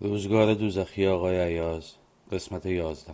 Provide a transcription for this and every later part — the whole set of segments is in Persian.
روزگار دوزخی آقای ایاز، قسمت 11.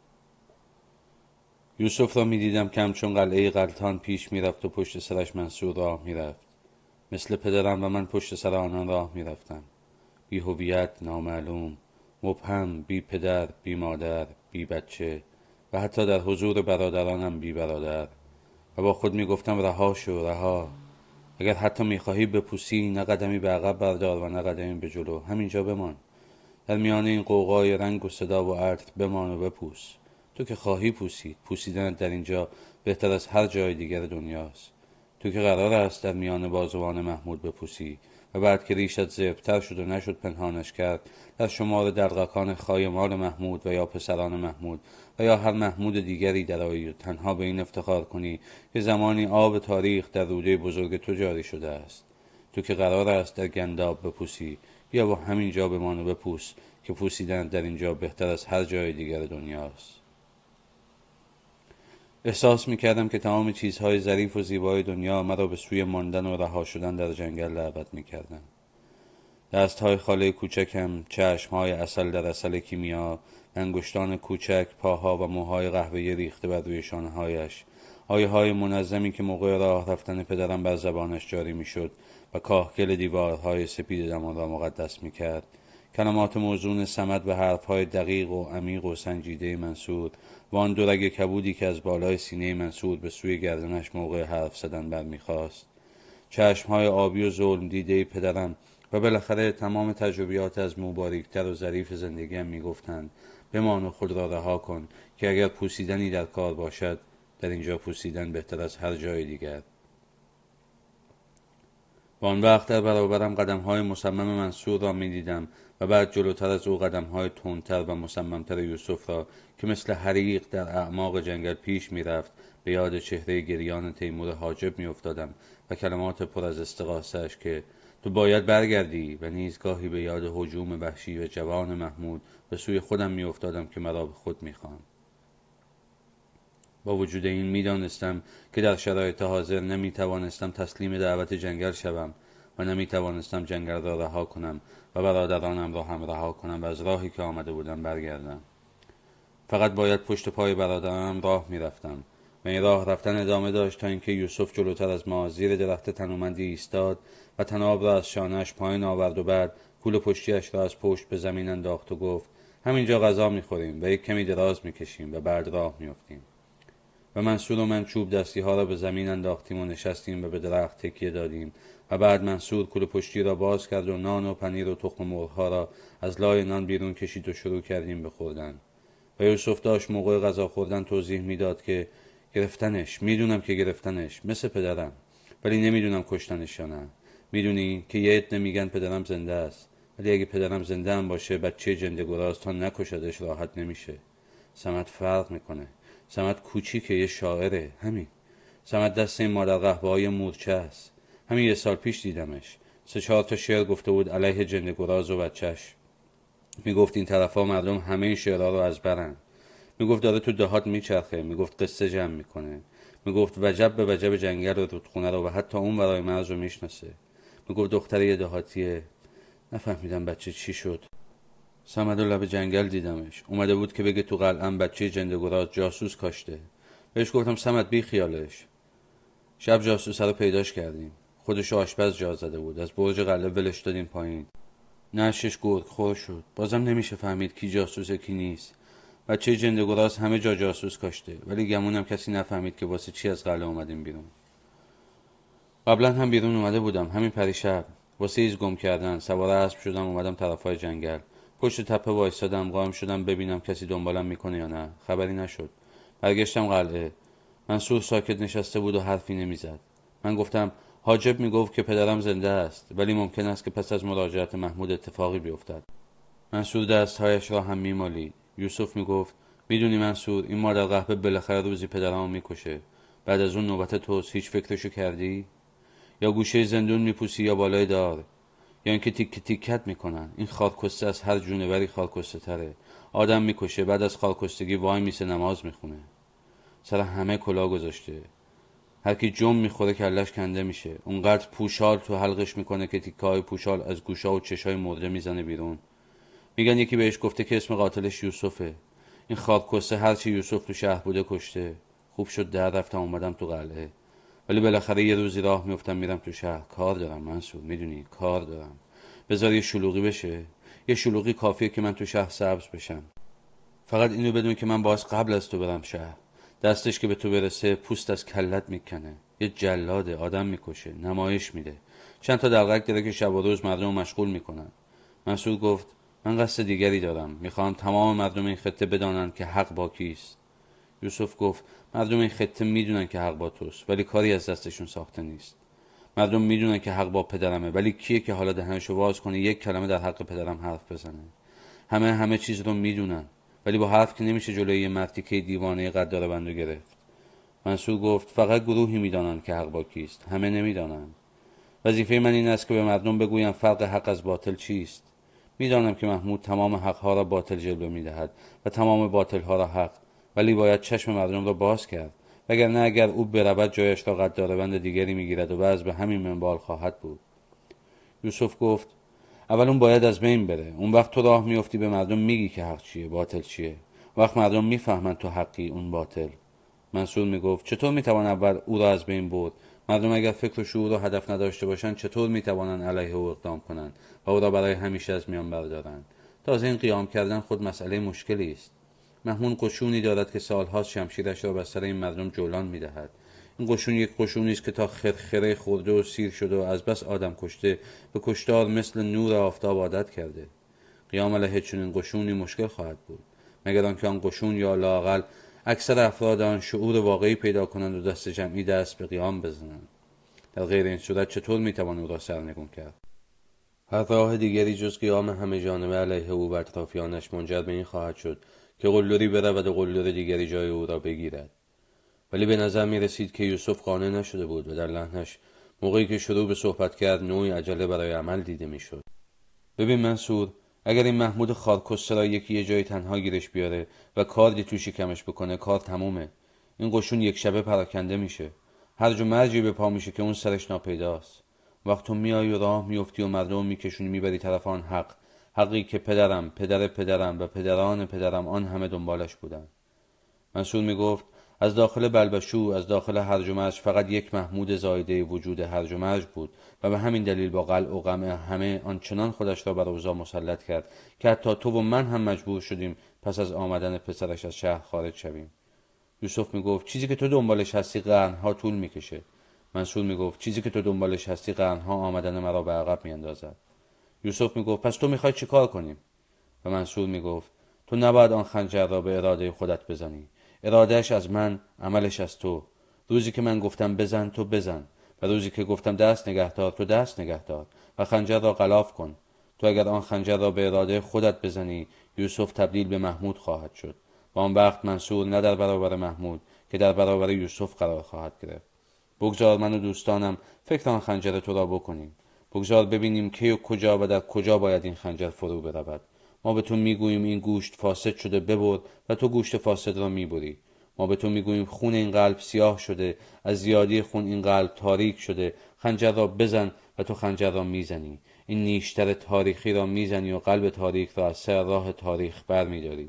یوسف را می دیدم که همچون قلعه غلطان پیش می رفت و پشت سرش منصور راه می رفت. مثل پدرم و من پشت سر آنان راه می رفتم. بی هویت، نامعلوم، مبهم، بی پدر، بی مادر، بی بچه و حتی در حضور برادرانم بی برادر. و با خود می گفتم رها شو، رها. اگر حتی می خواهی بپوسی، نه قدمی به عقب بردار و نه قدمی به جلو. همینجا بمان. در میان این قوقای رنگ و صدا و عطر بمان و بپوس. تو که خواهی پوسید، پوسیدن در اینجا بهتر از هر جای دیگر دنیاست. تو که قرار است در میان بازوان محمود بپوسی و بعد که ریشت زبرتر شد و نشد پنهانش کرد، در شمار دلقکان خایمال محمود و یا پسران محمود و یا هر محمود دیگری درآیی و تنها به این افتخار کنی که زمانی آب تاریخ در روده بزرگ تو جاری شده است. تو که قرار است در گنداب بپوسی، بیا با همین جا بمان و بپوس که پوسیدن در اینجا بهتر از هر جای دیگر دنیاست. احساس میکردم که تمام چیزهای ظریف و زیبای دنیا مرا به سوی ماندن و رها شدن در جنگل دعوت میکردند. دستهای خاله کوچکم، چشمهای عسل در عسل کیمیا، انگشتان کوچک، پاها و موهای قهوه‌ای ریخته بر روی شانه‌هایش، آیه‌های منظمی که موقع راه رفتن پدرم بر زبانش جاری میشد و کاهگل دیوارهای سپید دمان را مقدس میکرد، کلمات موزون صمد و حرفهای دقیق و عمیق و سنجیده منصور و آن دو رگ کبودی که از بالای سینه منصور به سوی گردنش موقع حرف زدن برمیخواست، چشمهای آبی و ظلم دیده پدرم و بالاخره تمام تجربیات از مباریکتر و ظریف زندگیم میگفتند بمان و خود را رها کن که اگر پوسیدنی در کار باشد در اینجا پوسیدن بهتر از هر جای دیگر. و آن وقت در برابرم قدم‌های مصمم منصور را می‌دیدم و بعد جلوتر از او قدم‌های تندتر و مصممتر یوسف را که مثل حریق در اعماق جنگل پیش می‌رفت به یاد چهره گریان تیمور حاجب می‌افتادم و کلمات پر از استغاثه‌اش که تو باید برگردی و نیز گاهی به یاد هجوم وحشی و جوان محمود به سوی خودم می‌افتادم که مرا به خود می‌خواند. با وجود این میدانستم که در شرایط حاضر نمیتوانستم تسلیم دعوت جنگل شوم و نمیتوانستم جنگل را رها کنم و برادرانم را هم رها کنم و از راهی که آمده بودم برگردم. فقط باید پشت پای برادرانم راه میرفتم و این راه رفتن ادامه داشت تا اینکه یوسف جلوتر از ما زیر درخت تنومندی ایستاد و طناب را از شانه‌اش پایین آورد و بعد کوله پشتیش را از پشت به زمین انداخت و گفت همینجا غذا میخوریم و یک کمی دراز میکشیم و بعد راه میافتیم. و منصور و من چوب دستی ها را به زمین انداختیم و نشستیم و به درخت تکیه دادیم و بعد منصور کوله پشتی را باز کرد و نان و پنیر و تخم مرغ ها را از لای نان بیرون کشید و شروع کردیم به خوردن. و یوسف داشت موقع غذا خوردن توضیح میداد که گرفتنش، میدونم که گرفتنش، مثل پدرم، ولی نمیدونم کشتنش یا نه. میدونی که یه عده میگن پدرم زنده است، ولی اگه پدرم زنده هم باشه بچه جنده گراز تا نکشدش راحت نمیشه. صمد فرق میکنه. صمد کوچیکه، یه شاعره. همین. صمد دست این مادر قهوه‌های مورچه است. همین یه سال پیش دیدمش. 3-4 تا شعر گفته بود علیه جنده گراز و بچهش. میگفت این طرفا مردم همه این شعرها رو از برن. میگفت داره تو دهات میچرخه. میگفت قصه جمع میکنه. میگفت وجب به وجب جنگل و رودخونه رو و حتی اون برای مرز رو میشناسه. میگفت دختر یه دهاتیه. نفهمیدم بچه چی شد. صمد و لب جنگل دیدمش. اومده بود که بگه تو قلعه‌ام بچه جندگراز جاسوس کاشته. بهش گفتم صمد بی خیالش. شب جاسوس رو پیداش کردیم. خودش آشپز جا زده بود. از برج قلعه ولش دادیم پایین. نعشش گرگ خور شد. بازم نمیشه فهمید کی جاسوسه کی نیست. بچه جندگراز همه جا جاسوس کاشته، ولی گمونم کسی نفهمید که واسه چی از قلعه اومدیم بیرون. قبلا هم بیرون اومده بودم، همین پریشب، واسه ایز گم کردن. سوار اسب شدم اومدم طرفای جنگل. پشت تپه وایسادم، قائم شدم ببینم کسی دنبالم میکنه یا نه. خبری نشد. برگشتم قلعه. منصور ساکت نشسته بود و حرفی نمیزد. من گفتم حاجب میگفت که پدرم زنده است، ولی ممکن است که پس از مراجعت محمود اتفاقی بیفتد. منصور دستهایش را هم میمالید. یوسف میگفت میدونی منصور، این مادر قهبه بالاخره روزی پدرمو میکشه. بعد از اون نوبت توست. هیچ فکرشو کردی؟ یا گوشه زندون میپوسی یا بالای دار، یا اینکه تیک تیکت میکنن. این خارکسته از هر جونوری خارکسته تره. آدم میکشه، بعد از خارکستگی وای میسه نماز میخونه. سر همه کلا گذاشته. هر کی جم میخوره کلش کنده میشه. اونقدر پوشال تو حلقش میکنه که تیکای پوشال از گوشا و چشای مرده میزنه بیرون. میگن یکی بهش گفته که اسم قاتلش یوسفه. این خاکسته هرچی یوسف تو شهر بوده کشته. خوب شد در رفتم اومدم تو قلعه. ولی بالاخره یه روزی راه میفتم میرم تو شهر. کار دارم منصور، میدونی کار دارم. بذار یه شلوغی بشه. یه شلوغی کافیه که من تو شهر سبز بشم. فقط اینو بدون که من باز قبل از تو برم شهر. دستش که به تو برسه پوست از کلت میکنه. یه جلاده، آدم میکشه، نمایش میده. چند تا دلغک داره که شب و روز مردم مشغول میکنن. منصور گفت من قصد دیگری دارم. میخوام تمام مردم این خطه بدانن که حق با کیست. یوسف گفت مردم این خطه میدونن که حق با توست، ولی کاری از دستشون ساخته نیست. مردم میدونن که حق با پدرمه، ولی کیه که حالا دهنشو باز کنه یک کلمه در حق پدرم حرف بزنه؟ همه چیز رو میدونن، ولی با حرف که نمیشه جلوی یه مردی که دیوانه قدار بندو گرفت. منصور گفت فقط گروهی میدانن که حق با کیست، همه نمیدانن. وظیفه من این است که به مردم بگویم فرق حق از باطل چیست. میدانم که محمود تمام حقها را باطل جلوه میدهد و تمام باطلها را حق، ولی باید چشم مردم را باز کرد، وگرنه اگر او برود جایش را قداربند دیگری میگیرد و بعض به همین منوال خواهد بود. یوسف گفت اول اون باید از بین بره. اون وقت تو راه میافتی به مردم میگی که حق چیه، باطل چیه. وقت مردم میفهمن تو حقی، اون باطل. منصور میگفت چطور میتوان اول او را از بین برد؟ مردم اگر فکر و شعور و هدف نداشته باشند چطور میتوانند علیه او اقدام کنند و او را برای همیشه از میان بردارند؟ تازه این قیام کردن خود مسئله مشکلی است. محمود قشونی دارد که سالهاست شمشیرش را بر سر این مردم جولان میدهد. این قشون یک قشونی است که تا خرخره خورده و سیر شده و از بس آدم کشته به کشتار مثل نور آفتاب عادت کرده. قیام علیه چنین قشونی مشکل خواهد بود، مگر آنکه آن قشون یا لااقل اکثر افراد آن شعور واقعی پیدا کنند و دست جمعی دست به قیام بزنند. در غیر این صورت چطور میتوان او را سرنگون کرد؟ هر راه دیگری جز قیام همه جانبه علیه او و اطرافیانش منجر به این خواهد شد که قلدری برود و قلدر دیگری جای او را بگیرد. ولی به نظر می رسید که یوسف قانع نشده بود و در لحنش موقعی که شروع به صحبت کرد نوعی عجله برای عمل دیده می شد. ببین منصور، اگر این محمود خارکسته را یکی یه جای تنها گیرش بیاره و کاردی تو شکمش بکنه کار تمومه. این قشون یک شبه پراکنده میشه. هرج و مرجی به پا میشه که اون سرش ناپیداست. وقت تو میای و راه میفتی و مردم میکشونی میبری طرف آن حق، حقی که پدرم، پدرم و پدران پدرم آن همه دنبالش بودن. منصور میگفت از داخل بلبشو، از داخل هرج و مرج فقط یک محمود زایده وجود هرج و مرج بود و به همین دلیل با قلع و قمع همه آنچنان خودش را بر اوضاع مسلط کرد که حتی تو و من هم مجبور شدیم پس از آمدن پسرش از شهر خارج شویم. یوسف میگفت چیزی که تو دنبالش هستی قرنها طول میکشه. منصور میگفت چیزی که تو دنبالش هستی قرنها آمدن مرا به عقب میاندازد. یوسف میگفت پس تو میخوای چیکار کنیم؟ و منصور میگفت تو نباید آن خنجر را به اراده خودت بزنی. ارادهش از من، عملش از تو. روزی که من گفتم بزن تو بزن، و روزی که گفتم دست نگهدار تو دست نگهدار و خنجر را غلاف کن. تو اگر آن خنجر را به اراده خودت بزنی یوسف تبدیل به محمود خواهد شد و آن وقت منصور نه در برابر محمود که در برابر یوسف قرار خواهد گرفت. بگذار من و دوستانم فکر آن خنجر تو را بکنیم. بگذار ببینیم کی و کجا و در کجا باید این خنجر فرو برود. ما به تو میگوییم این گوشت فاسد شده ببر و تو گوشت فاسد را میبری. ما به تو میگوییم خون این قلب سیاه شده، از زیادی خون این قلب تاریک شده. خنجر را بزن و تو خنجر را میزنی. این نیشتر تاریخی را میزنی و قلب تاریک را از سر راه تاریخ بر میداری.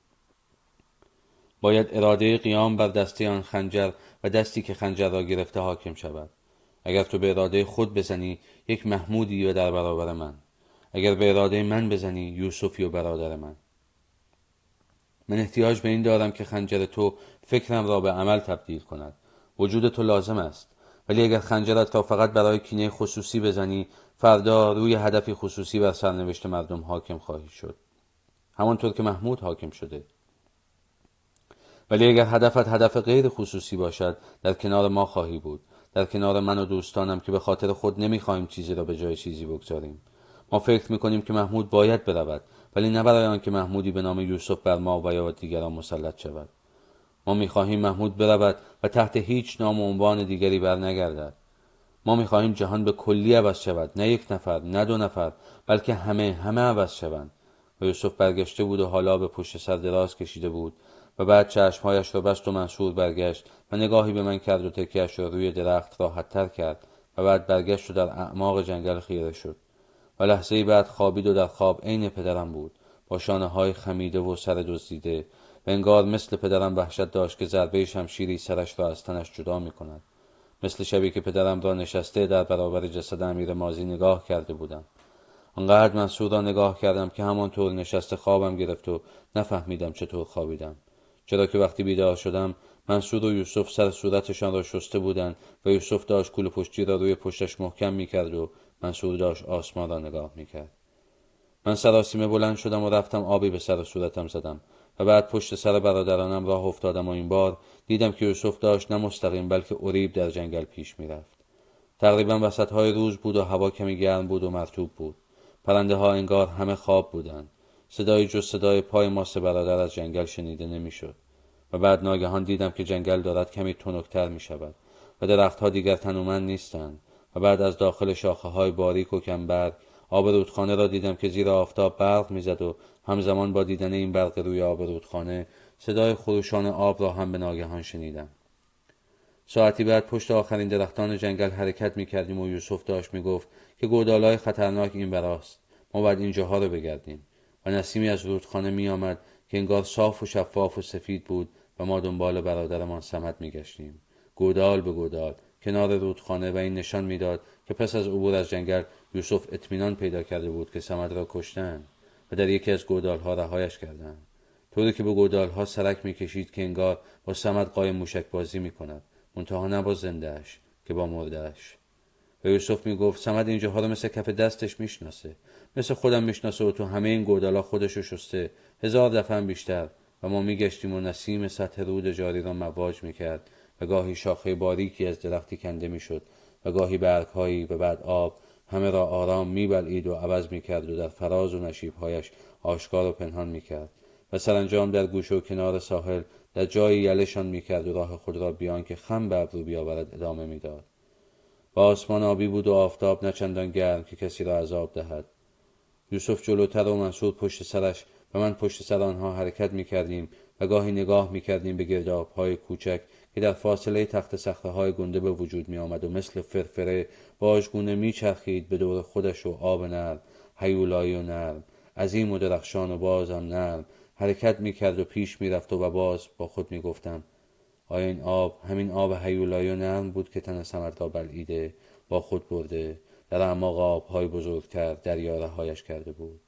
باید اراده قیام بر دسته آن خنجر و دستی که خنجر را گرفته حاکم شود. اگر تو به اراده خود بزنی یک محمودی و در برابر من. اگر به اراده من بزنی یوسفی و برادر من. من احتیاج به این دارم که خنجر تو فکرم را به عمل تبدیل کند. وجود تو لازم است، ولی اگر خنجرت را فقط برای کینه خصوصی بزنی فردا روی هدفی خصوصی بر سرنوشت مردم حاکم خواهی شد، همانطور که محمود حاکم شده. ولی اگر هدفت هدف غیر خصوصی باشد در کنار ما خواهی بود، در کنار من و دوستانم که به خاطر خود نمیخواهیم چیزی را به جای چیزی بگذاریم. ما فکر میکنیم که محمود باید برود، ولی نه برای آنکه محمودی به نام یوسف بر ما و یا دیگران مسلط شود. ما میخواهیم محمود برود و تحت هیچ نام و عنوان دیگری بر نگردد. ما میخواهیم جهان به کلی عوض شود، نه یک نفر، نه دو نفر، بلکه همه عوض شوند. و یوسف برگشته بود و حالا به پشت سر دراز کشیده بود و بعد چشمهایش را بست و منصور برگشت و نگاهی به من کرد و تکیه‌اش را روی درخت راحت‌تر کرد و بعد برگشت و در اعماق جنگل خیره شد و لحظه‌ای بعد خوابید و در خواب عین پدرم بود. با شانه‌های خمیده و سر دزدیده و انگار مثل پدرم وحشت داشت که ضربه شمشیری سرش را از تنش جدا می‌کند. مثل شبی که پدرم را نشسته در برابر جسد امیر ماضی نگاه کرده بودم. آنقدر منصور را نگاه کردم که همانطور نشسته خوابم گرفت و نفهمیدم چطور خوابیدم. چرا که وقتی بیدار شدم منصور و یوسف سر صورتشان را شسته بودند و یوسف داشت کوله پشتی را روی پشتش محکم می‌کرد و منصور داشت آسمان را نگاه می‌کرد. من سراسیمه بلند شدم و رفتم آبی به سر و صورتم زدم و بعد پشت سر برادرانم راه افتادم و این بار دیدم که یوسف داشت نه مستقیم بلکه عریب در جنگل پیش می‌رفت. تقریبا وسط‌های روز بود و هوا کمی گرم بود و مرطوب بود. پرنده ها انگار همه خواب بودند. صدای جز صدای پای ما سه برادر از جنگل شنیده نمیشد. و بعد ناگهان دیدم که جنگل دارد کمی تنک‌تر می شود و درختها دیگر تنومند نیستند. و بعد از داخل شاخه‌های باریک و کمبرگ آب رودخانه را دیدم که زیر آفتاب برق میزد و همزمان با دیدن این برق روی آب رودخانه صدای خروشان آب را هم به ناگهان شنیدم. ساعتی بعد پشت آخرین درختان جنگل حرکت می‌کردیم و یوسف داشت می‌گفت که گودال‌های خطرناک این براست. ما باید اینجاها رو بگردیم. و نسیمی از رودخانه می‌آمد که انگار صاف و شفاف و سفید بود و ما دنبال برادرمان صمد می‌گشتیم. گودال به گودال کنار رودخانه و این نشان می‌داد که پس از عبور از جنگل یوسف اطمینان پیدا کرده بود که صمد را کشتند و در یکی از گودال‌ها رهایش کردند. طوری که به گودال‌ها سرک می‌کشید که انگار با صمد قایم موشک بازی می‌کند. منتها نه با زندهش که با مردهش. و یوسف میگفت صمد اینجاها رو مثل کف دستش میشناسه، مثل خودم میشناسه و تو همه این گودالا خودشو شسته 1000 دفعه هم بیشتر. و ما میگشتیم و نسیم سطح رود جاری را مواج میکرد و گاهی شاخه باریکی از درختی کنده میشد و گاهی برگهایی و بعد آب همه را آرام میبلعید و عوض میکرد و در فراز و نشیبهایش آشکار و پنهان میکرد و سرانجام در گوشه و کنار ساحل در جایی یلشان میکرد و راه خود را بیان که خم به ابرو بیاورد ادامه میداد. و آسمان آبی بود و آفتاب نه چندان گرم که کسی را عذاب دهد. یوسف جلوتر و منصور پشت سرش و من پشت سر آنها حرکت میکردیم و گاهی نگاه میکردیم به گرداب‌های کوچک که در فاصله تخت صخره‌های گنده به وجود میآمد و مثل فرفره باژگونه میچرخید به دور خودش و آب نرم، هیولایی و نرم، عظیم و درخشان و بازم نرم حرکت میکرد و پیش میرفت و باز با خود میگفتم آیا این آب همین آب هیولایی و نرم بود که تن صمد را بلعیده با خود برده در اعماق آب‌های بزرگتر دریا رهایش کرده بود.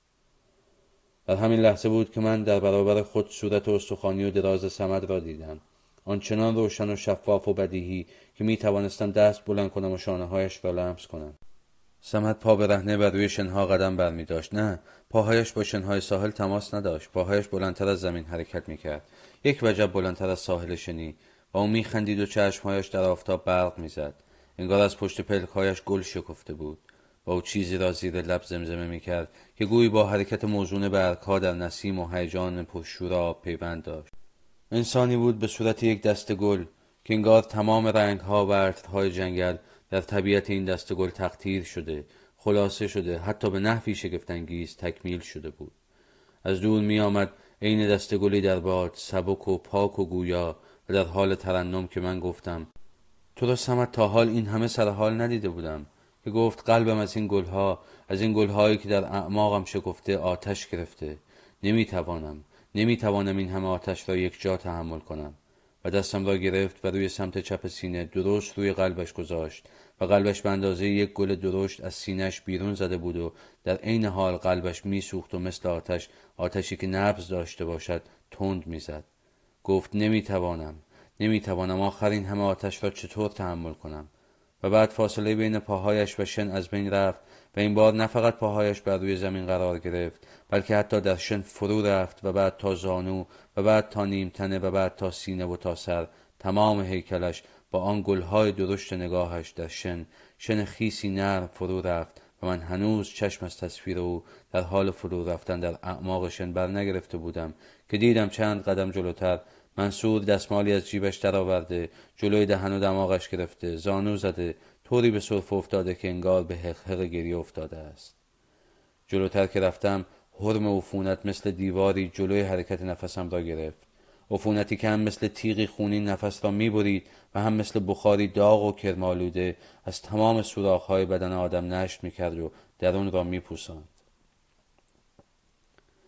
در همین لحظه بود که من در برابر خود صورت استخوانی و دراز صمد را دیدم، آنچنان روشن و شفاف و بدیهی که می توانستم دست بلند کنم و شانه‌هایش را لمس کنم. صمد پا برهنه بر روی شنها قدم برمی داشت. نه، پاهایش با شنهای ساحل تماس نداشت. پاهایش بلندتر از زمین حرکت میکرد، یک وجب بلندتر از ساحل شنی. و او میخندید و چشمهایش در آفتاب برق میزد، انگار از پشت پلکهایش گل شکفته بود. و او چیزی را زیر لب زمزمه میکرد که گویی با حرکت موزون برگها در نسیم و هیجان پرشور آب پیوند داشت. انسانی بود به صورت یک دسته گل که انگار تمام رنگها و عطرهای جنگل در طبیعت این دسته گل تقطیر شده، خلاصه شده، حتی به نحوی شگفت‌انگیز تکمیل شده بود. از دور می آمد عین دسته گلی در باد، سبک و پاک و گویا و در حال ترنم که من گفتم تو را صمد تا حال این همه سرحال ندیده بودم. که گفت قلبم از این گلها، از این گلهایی که در اعماقم شکفته آتش گرفته. نمیتوانم این همه آتش را یک جا تحمل کنم. و دستم را گرفت و روی سمت چپ سینه درست روی قلبش گذاشت و قلبش به اندازه یک گل درشت از سینه‌اش بیرون زده بود و در عین حال قلبش میسوخت و مثل آتشی که نبض داشته باشد تند میزد. گفت نمیتوانم آخر این همه آتش را چطور تحمل کنم. و بعد فاصله بین پاهایش و شن از بین رفت و این بار نه فقط پاهایش بر روی زمین قرار گرفت بلکه حتی در شن فرو رفت و بعد تا زانو و بعد تا نیم تنه و بعد تا سینه و تا سر. تمام هیکلش با آن گلهای درشت نگاهش در شن خیسی نرم فرو رفت و من هنوز چشم از تصویر او در حال فرو رفتن در اعماق شن بر نگرفته بودم که دیدم چند قدم جلوتر منصور دستمالی از جیبش درآورده، جلوی دهن و دماغش گرفته، زانو زده، طوری به سرفه افتاده که انگار به حق گریه افتاده است. جلوتر که رفتم حرم عفونت مثل دیواری جلوی حرکت نفسم را گرفت. عفونتی که هم مثل تیغی خونین نفس را می‌برید و هم مثل بخاری داغ و کرمالوده از تمام سوراخ‌های بدن آدم نشت می‌کرد و درون را می‌پوساند.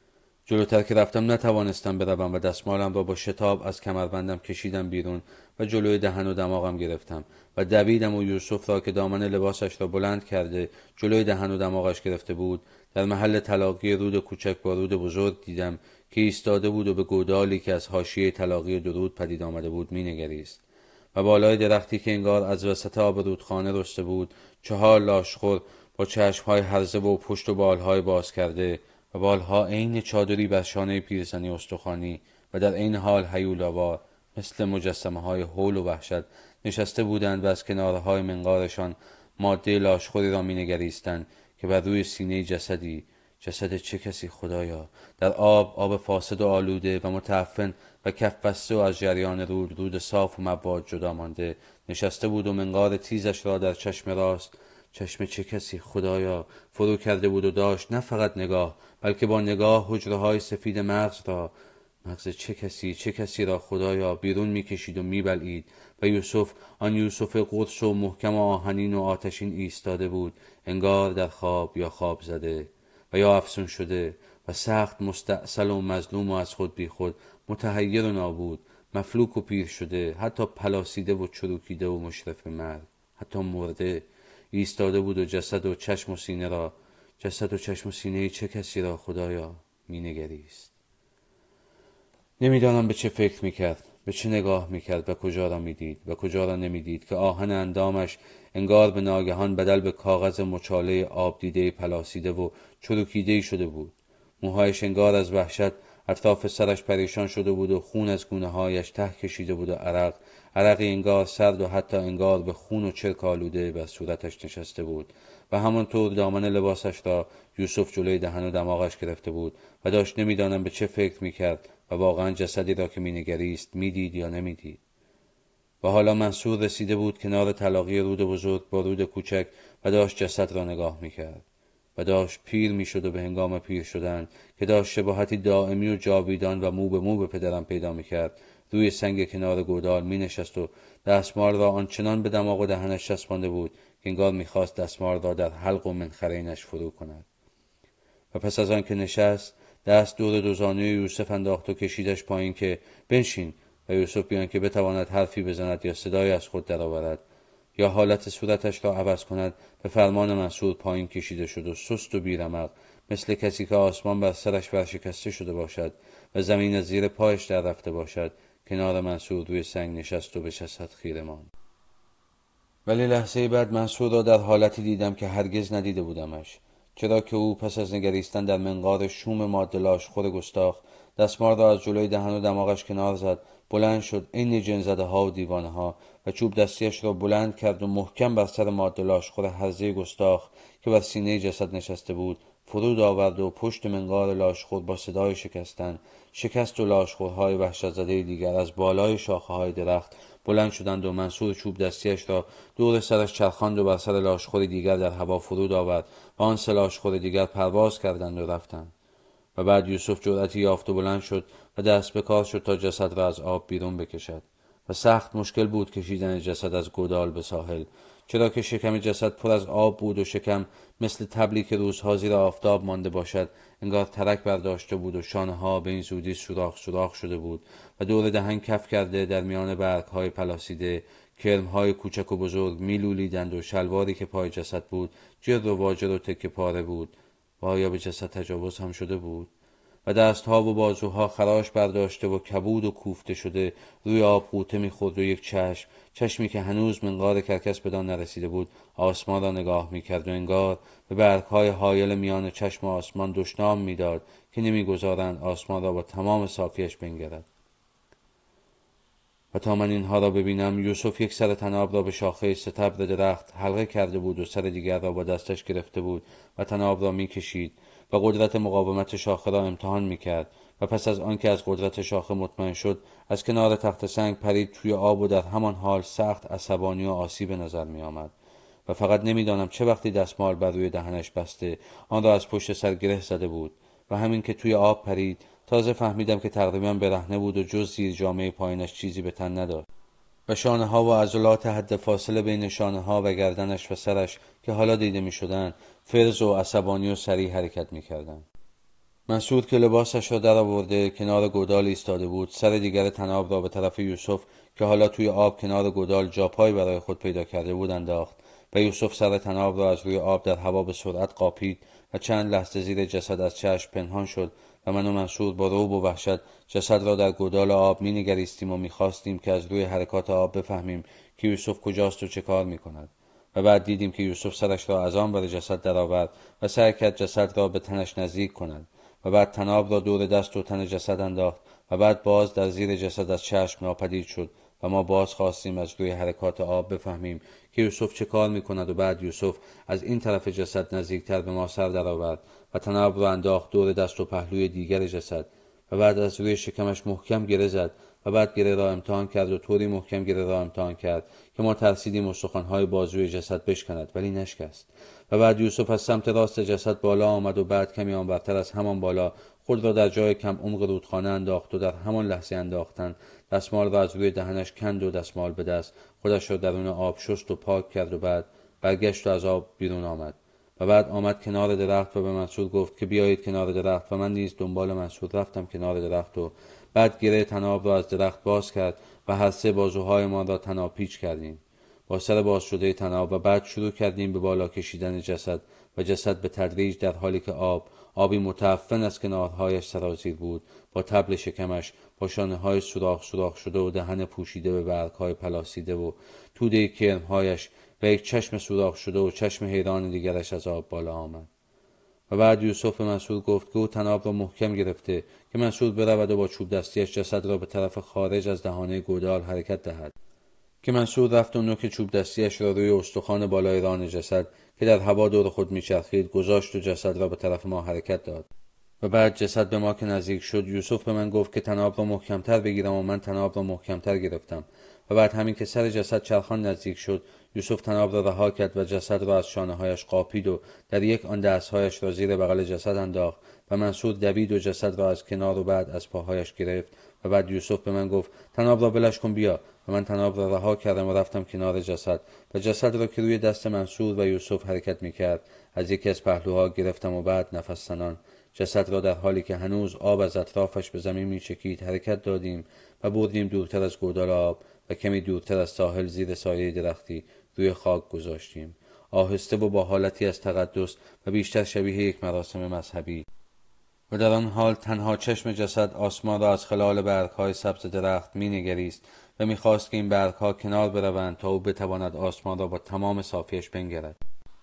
جلوتر که رفتم نتوانستم بروم و دستمالم را با شتاب از کمربندم کشیدم بیرون و جلوی دهن و دماغم گرفتم و دویدم و یوسف را که دامن لباسش را بلند کرده جلوی دهن و دماغش گرفته بود در محل تلاقی رود کوچک با رود بزرگ دیدم که ایستاده بود و به گودالی که از حاشیه تلاقی درود پدید آمده بود مینگریست و بالای درختی که انگار از وسط آب رودخانه رسته بود 4 لاشخور با چشمهای هرزه و پشت و بالهای باز کرده و بالها عین چادری بر شانه پیرزنی استخوانی و در این حال هیولاوار مثل مجسمه های هول و وحشت نشسته بودند و از کنارهای منقارشان ماده لاشخوری را مینگریستند که بر روی سینه جسدی، جسد چه کسی خدایا، در آب فاسد و آلوده و متعفن و کف بسته و از جریان رود صاف و مباد جدا مانده نشسته بود و منقار تیزش را در چشم راست، چشم چه کسی خدایا، فرو کرده بود و داشت نه فقط نگاه بلکه با نگاه حجره های سفید مغز چه کسی را خدایا بیرون میکشید و میبلعید و یوسف، آن یوسف قدس و محکم و آهنین و آتشین ایستاده بود انگار در خواب یا خواب زده و یا افسون شده و سخت مستعسل و مظلوم و از خود بی خود، متحیر و نابود، مفلوک و پیر شده، حتی پلاسیده و چروکیده و مشرف مرگ، حتی مرده ایستاده بود و جسد و چشم و سینه چه کسی را خدایا مینگریست. نمیدانم به چه فکر میکرد، به چه نگاه میکرد و کجا را میدید و کجا را نمیدید که آهن اندامش انگار به ناگهان بدل به کاغذ مچاله آب دیده پلاسیده و چروکیده شده بود. موهایش انگار از وحشت اطراف سرش پریشان شده بود و خون از گونه هایش ته کشیده بود و عرقی انگار سرد و حتی انگار به خون و چرک آلوده بر صورتش نشسته بود و همانطور دامن لباسش را یوسف جلوی دهن و دماغش گرفته بود و داشت نمیدانم به چه فکر میکرد و واقعا جسدی را که مینگریست میدید یا نمیدید. و حالا منصور رسیده بود کنار تلاقی رود بزرگ با رود کوچک و داشت جسد را نگاه میکرد و داشت پیر میشد و به هنگام پیر شدن که داشت شباهتی دائمی و جاویدان و مو به پدرم پیدا میکرد روی سنگ کنار گودال مینشست و دستمال را آنچنان به دماغ و دهنش چسبانده بود که انگار میخواست دستمال را در حلق و منخرینش فرو کند. و پس از آن که نشست دست دور دو زانوی یوسف انداخت و کشیدش پایین که بنشین و یوسف بیان که بتواند حرفی بزند یا صدایی از خود درآورد یا حالت صورتش را عوض کند به فرمان منصور پایین کشیده شد و سست و بیرمق مثل کسی که آسمان بر سرش ورشکسته شده باشد و زمین از زیر پایش در رفته باشد کنار منصور روی سنگ نشست و به جسد خیره ماند. ولی لحظه بعد منصور را در حالتی دیدم که هرگز ندیده بودمش، چرا که او پس از نگریستن در منقار شوم ماده لاشخور گستاخ دستمال را از جلوی دهن و دماغش کنار زد، بلند شد عین جن‌زده ها و دیوانه ها و چوب دستیش را بلند کرد و محکم بر سر ماده لاشخور هرزه گستاخ که بر سینه جسد نشسته بود فرود آورد و پشت منقار لاشخور با صدای شکست و لاشخورهای وحشت زده دیگر از بالای شاخه‌های درخت بلند شدند و منصور چوب دستیش را دور سرش چرخاند و بر سر لاشخور دیگر در هوا فرود آورد و آن 3 لاشخور دیگر پرواز کردند و رفتند. و بعد یوسف جرأتی یافت و بلند شد و دست به کار شد تا جسد را از آب بیرون بکشد و سخت مشکل بود کشیدن جسد از گودال به ساحل، چرا که شکم جسد پر از آب بود و شکم مثل طبلی که روزها زیر آفتاب مانده باشد انگار ترک برداشته بود و شانه ها به این زودی سوراخ شده بود و دور دهن کف کرده در میان برگ‌های پلاسیده کرم‌های کوچک و بزرگ میلولیدند و شلواری که پای جسد بود جر و واجر و تکه پاره بود و آیا به جسد تجاوز هم شده بود؟ و دستها و بازوها خراش برداشته و کبود و کوفته شده روی آب غوطه می‌خورد و یک چشمی که هنوز منقار کرکس بدان نرسیده بود آسمان را نگاه می‌کرد و انگار به برگ‌های حایل میان چشم و آسمان دشنام می‌داد که نمی‌گذارند آسمان را با تمام صافیش بنگرد. و تا من اینها را ببینم یوسف یک سر طناب را به شاخه ستبر درخت حلقه کرده بود و سر دیگر را با دستش گرفته بود و طناب را می‌کشید و قدرت مقاومت شاخه را امتحان می‌کرد و پس از آنکه از قدرت شاخه مطمئن شد از کنار تخت سنگ پرید توی آب و در همان حال سخت عصبانی و آسی به نظر می‌آمد و فقط نمی‌دانم چه وقتی دستمال بر روی دهنش بسته آن را از پشت سر گره زده بود و همین که توی آب پرید تازه فهمیدم که تقریبا برهنه بود و جز زیر جامعه پایینش چیزی به تن نداشت و شانه ها و عضلات حد فاصله بین شانه ها و گردنش و سرش که حالا دیده می شدن فرز و عصبانی و سریع حرکت می کردن. مسعود که لباسش را درآورده کنار گودال ایستاده بود، سر دیگر طناب را به طرف یوسف که حالا توی آب کنار گودال جاپایی برای خود پیدا کرده بود انداخت و یوسف سر طناب را از روی آب در هوا به سرعت قاپید و چند لحظه زیر جسد از چشم پنهان شد و من و مسعود با رعب و وحشت جسد را در گودال آب مینگریستیم و میخواستیم که از روی حرکات آب بفهمیم که یوسف کجاست و چه کار میکند. و بعد دیدیم که یوسف سرش را از آن بر جسد درآورد و سعی کرد جسد را به تنش نزدیک کند و بعد طناب را دور دست و تن جسد انداخت و بعد باز در زیر جسد از چشم ناپدید شد و ما باز خواستیم از روی حرکات آب بفهمیم که یوسف چه کار میکند و بعد یوسف از این طرف جسد نزدیکتر به ما سر درآورد و طناب را انداخت دور دست و پهلوی دیگر جسد و بعد از روی شکمش محکم گره زد و بعد گره را امتحان کرد و طوری محکم گره را امتحان کرد که ما ترسیدیم استخوان‌های بازوی جسد بشکند، ولی نشکست. و بعد یوسف از سمت راست جسد بالا آمد و بعد کمی آنورتر از همان بالا خود را در جای کم عمق رودخانه انداخت و در همان لحظه انداختن دستمال را از روی دهنش کند و دستمال به دست خودش را درون آب شست و پاک کرد و بعد برگشت و از آب بیرون آمد و بعد آمد کنار درخت و به منصور گفت که بیایید کنار درخت و من نیز دنبال منصور رفتم کنار درخت و بعد گره طناب را از درخت باز کرد و هر سه بازوهایمان را طناب پیچ کردیم با سر باز شده طناب و بعد شروع کردیم به بالا کشیدن جسد و جسد به تدریج در حالی که آبی متعفن از کنارهایش سرازیر بود با طبل شکمش با شانه‌های سوراخ شده و دهن پوشیده به برگ‌های پلاسیده و توده کرم‌هایش و یک چشم سوراخ شده و چشم حیران دیگرش از آب بالا آمد. و بعد یوسف به مسعود گفت که او طناب را محکم گرفته که مسعود برود و با چوب دستیش جسد را به طرف خارج از دهانه گودال حرکت دهد که مسعود رفت و نوک چوب دستیش را روی استخوان بالای ران جسد که در هوا دور خود میچرخید گذاشت و جسد را به طرف ما حرکت داد و بعد جسد به ما که نزدیک شد یوسف به من گفت که طناب را محکمتر بگیرم و من طناب را محکمتر گرفتم و بعد همین که سر جسد چرخان نزدیک شد یوسف طناب را رها کرد و جسد را از شانه‌هایش قاپید و در یک آن دستهایش را زیر بغل جسد انداخت و منصور دوید و جسد را از کنار و بعد از پاهایش گرفت و بعد یوسف به من گفت طناب را بلش کن بیا و من طناب را رها کردم و رفتم کنار جسد و جسد را که روی دست منصور و یوسف حرکت میکرد از یکی از پهلوها گرفتم و بعد نفس زنان جسد را در حالی که هنوز آب از اطرافش به زمین میچکید حرکت دادیم و بردیم دورتر از گودال آب و کمی دورتر از ساحل زیر سایه درختی روی خاک گذاشتیم آهسته و با حالتی از تقدس و بیشتر شبیه یک مراسم مذهبی و در آن حال تنها چشم جسد آسمان را از خلال برگ‌های سبز درخت مینگریست و می‌خواست که این برگ‌ها کنار بروند تا او بتواند آسمان را با تمام صافیش بنگرد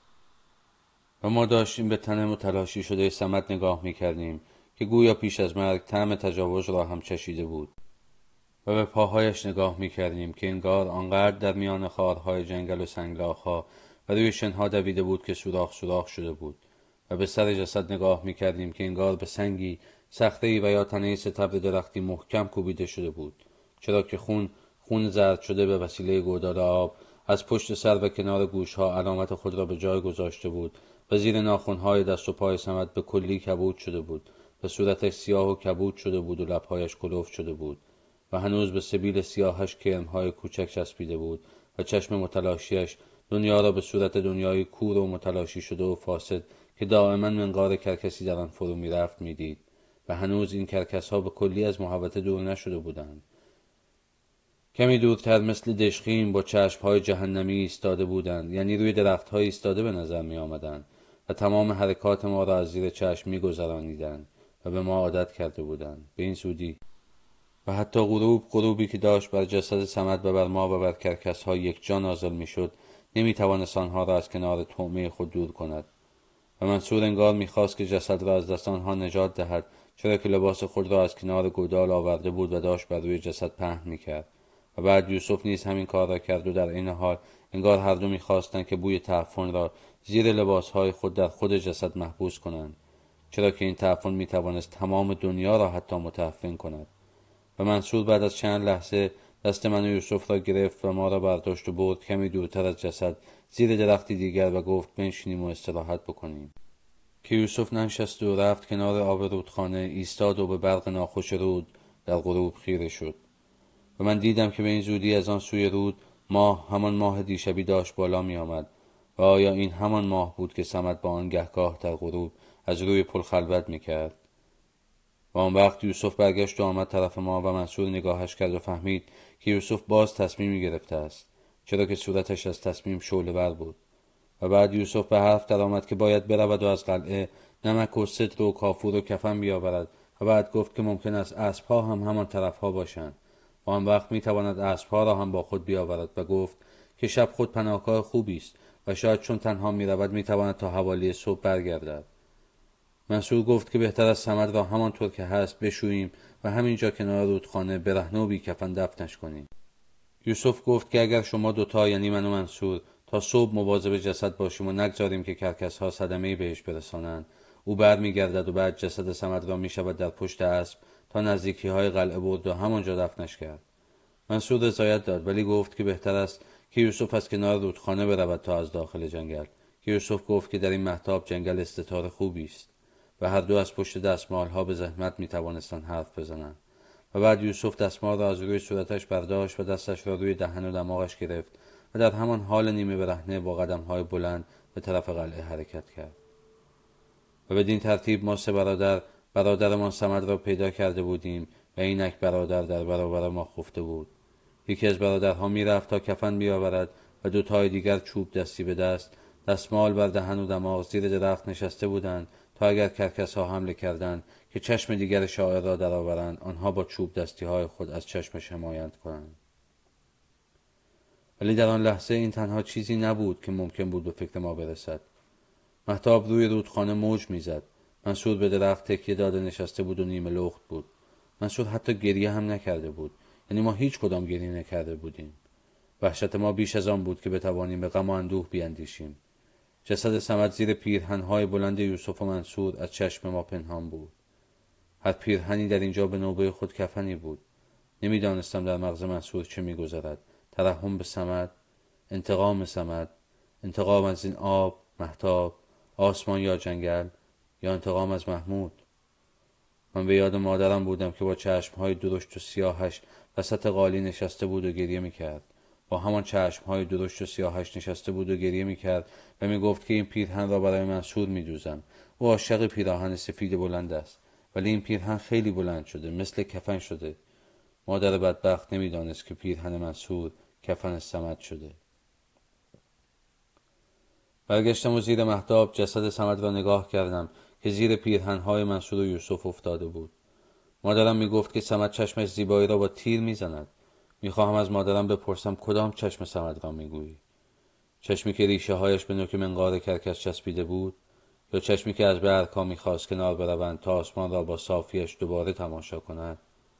و ما داشتیم به تن متلاشی شده صمد نگاه می‌کردیم که گویا پیش از مرگ طعم تجاوز را هم چشیده بود و به پاهایش نگاه می‌کردیم که انگار آنقدر در میان خارهای جنگل و سنگلاخ‌ها و روی شنها دویده بود که سوراخ شده بود و به سر جسد نگاه می‌کردیم که انگار به سنگی صخره‌ای و یا تنه ستبر درختی محکم کوبیده شده بود چرا که خون زرد شده به وسیله گودال آب از پشت سر و کنار گوش‌ها علامت خود را به جای گذاشته بود و زیر ناخن‌های دست و پای صمد به کلی کبود شده بود و صورتش سیاه و کبود شده بود و لب‌هایش کلفت شده بود و هنوز به سبیل سیاهش کرم‌های کوچک چسبیده بود و چشم متلاشیش دنیا را به صورت دنیای کور و متلاشی شده و فاسد که دائما منقار کرکسی در آن فرو می‌رفت می‌دید و هنوز این کرکس‌ها به کلی از محوطه دور نشده بودند. کمی دورتر مثل دشخیم با چشم‌های جهنمی ایستاده بودند، یعنی روی درخت‌های ایستاده به نظر می‌آمدند و تمام حرکات ما را از زیر چشم می‌گذرانیدند و به ما عادت کرده بودند به این زودی. و حتی غروبی که داشت بر جسد صمد و بر ما و بر کرکس‌ها یک جا نازل می‌شد نمی‌توانست آنها را از کنار طعمه خود دور کند و منصور انگار می‌خواست که جسد را از دست آنها نجات دهد چرا که لباس خود را از کنار گودال آورده بود و داشت بر روی جسد پهن می‌کرد و بعد یوسف نیز همین کار را کرد و در این حال انگار هر دو می‌خواستند که بوی تعفن را زیر لباس‌های خود در خود جسد محبوس کنند چرا که این تعفن می‌توانست تمام دنیا را حتی متعفن کند و منصور بعد از چند لحظه دست من و یوسف را گرفت و ما را برداشت و برد کمی دورتر از جسد زیر درختی دیگر و گفت بنشینیم و استراحت بکنیم که یوسف ننشست و رفت کنار آب رودخانه ایستاد و به برق ناخوش رود در غروب خیره شد و من دیدم که به این زودی از آن سوی رود ماه همان ماه دیشبی داشت بالا می آمد و آیا این همان ماه بود که صمد با آن گهگاه در غروب از روی پل خلوت می کرد و آن وقت یوسف برگشت و آمد طرف ما و منصور نگاهش کرد و فهمید که یوسف باز تصمیمی گرفته است، چرا که صورتش از تصمیم شعله‌ور بود. و بعد یوسف به حرف درآمد که باید برود و از قلعه نمک و سدر و کافور و کفن بیاورد و بعد گفت که ممکن است اسب‌ها هم همان طرف‌ها باشند و آن وقت می‌تواند اسب‌ها را هم با خود بیاورد و گفت که شب خود پناهگاه خوبی است و شاید چون تنها می‌رود می‌تواند تا حوالی صبح برگردد. منصور گفت که بهتر از صمد را همانطور که هست بشوییم و همینجا کنار رودخانه برهنه و بی کفن دفنش کنیم. یوسف گفت که اگر شما دوتا، یعنی من و منصور، تا صبح مواظب جسد باشیم و نگذاریم که کرکس‌ها صدمه‌ای بهش برسانند، او برمیگردد و بعد جسد صمد را میشود در پشت اسب تا نزدیکی‌های قلعه برد و همانجا دفنش کرد. منصور رضایت داد، ولی گفت که بهتر است که یوسف از کنار رودخانه برود تا از داخل جنگل، که یوسف گفت که در این مهتاب جنگل استتار خوبی است و هر دو از پشت دستمال‌ها به زحمت می‌توانستند حرف بزنند. و بعد یوسف دستمال را از روی صورتش برداشت و دستش را روی دهن و دماغش گرفت و در همان حال نیمه برهنه با قدم‌های بلند به طرف قلعه حرکت کرد. و بدین ترتیب ما سه برادرمان صمد را پیدا کرده بودیم و اینک برادر در برابر ما خفته بود. یکی از برادرها میرفت تا کفن بیاورد و دوتای دیگر چوب دستی به دست، دستمال بر دهن و دماغ زیر درخت نشسته بودند تا اگر کرکس‌ها حمله کردند که چشم دیگر شاعر را درآورند، آنها با چوب دستی‌های خود از چشمش حمایت کنند. ولی در آن لحظه این تنها چیزی نبود که ممکن بود به فکر ما برسد. مهتاب روی رودخانه موج میزد. منصور به درخت تکیه داده نشسته بود و نیمه لخت بود. منصور حتی گریه هم نکرده بود، یعنی ما هیچ کدام گریه نکرده بودیم. وحشت ما بیش از آن بود که بتوانیم به غم و اندوه بیاندیشیم. جسد صمد زیر پیرهن‌های بلند یوسف و منصور از چشم ما پنهان بود. هر پیرهنی در اینجا به نوبه خود کفنی بود. نمیدانستم در مغز منصور چه میگذرد. ترحم به صمد، انتقام صمد، انتقام از این آب، مهتاب، آسمان یا جنگل، یا انتقام از محمود. من به یاد مادرم بودم که با چشمهای درشت و سیاهش وسط قالی نشسته بود و گریه میکرد. با همان چشمهای درشت و سیاهش نشسته بود و گریه میکرد و میگفت که این پیرهن را برای منصور میدوزم. او عاشق پیراهن سفید بلند است، ولی این پیرهن خیلی بلند شده، مثل کفن شده. مادر بدبخت نمیدانست که پیرهن منصور کفن صمد شده. برگشتم و زیر مهتاب جسد صمد را نگاه کردم که زیر پیرهن‌های منصور و یوسف افتاده بود. مادرم میگفت که صمد چشمش زیبایی را با تیر میزند. میخواهم از مادرم بپرسم کدام چشم صمد را میگویی؟ چشمی که ریشه هایش به نوک منقار کرکس چسبیده بود، یا چشمی که از برگ‌ها میخواست کنار بروند تا آسمان را با صافیش دوباره تماشا کند؟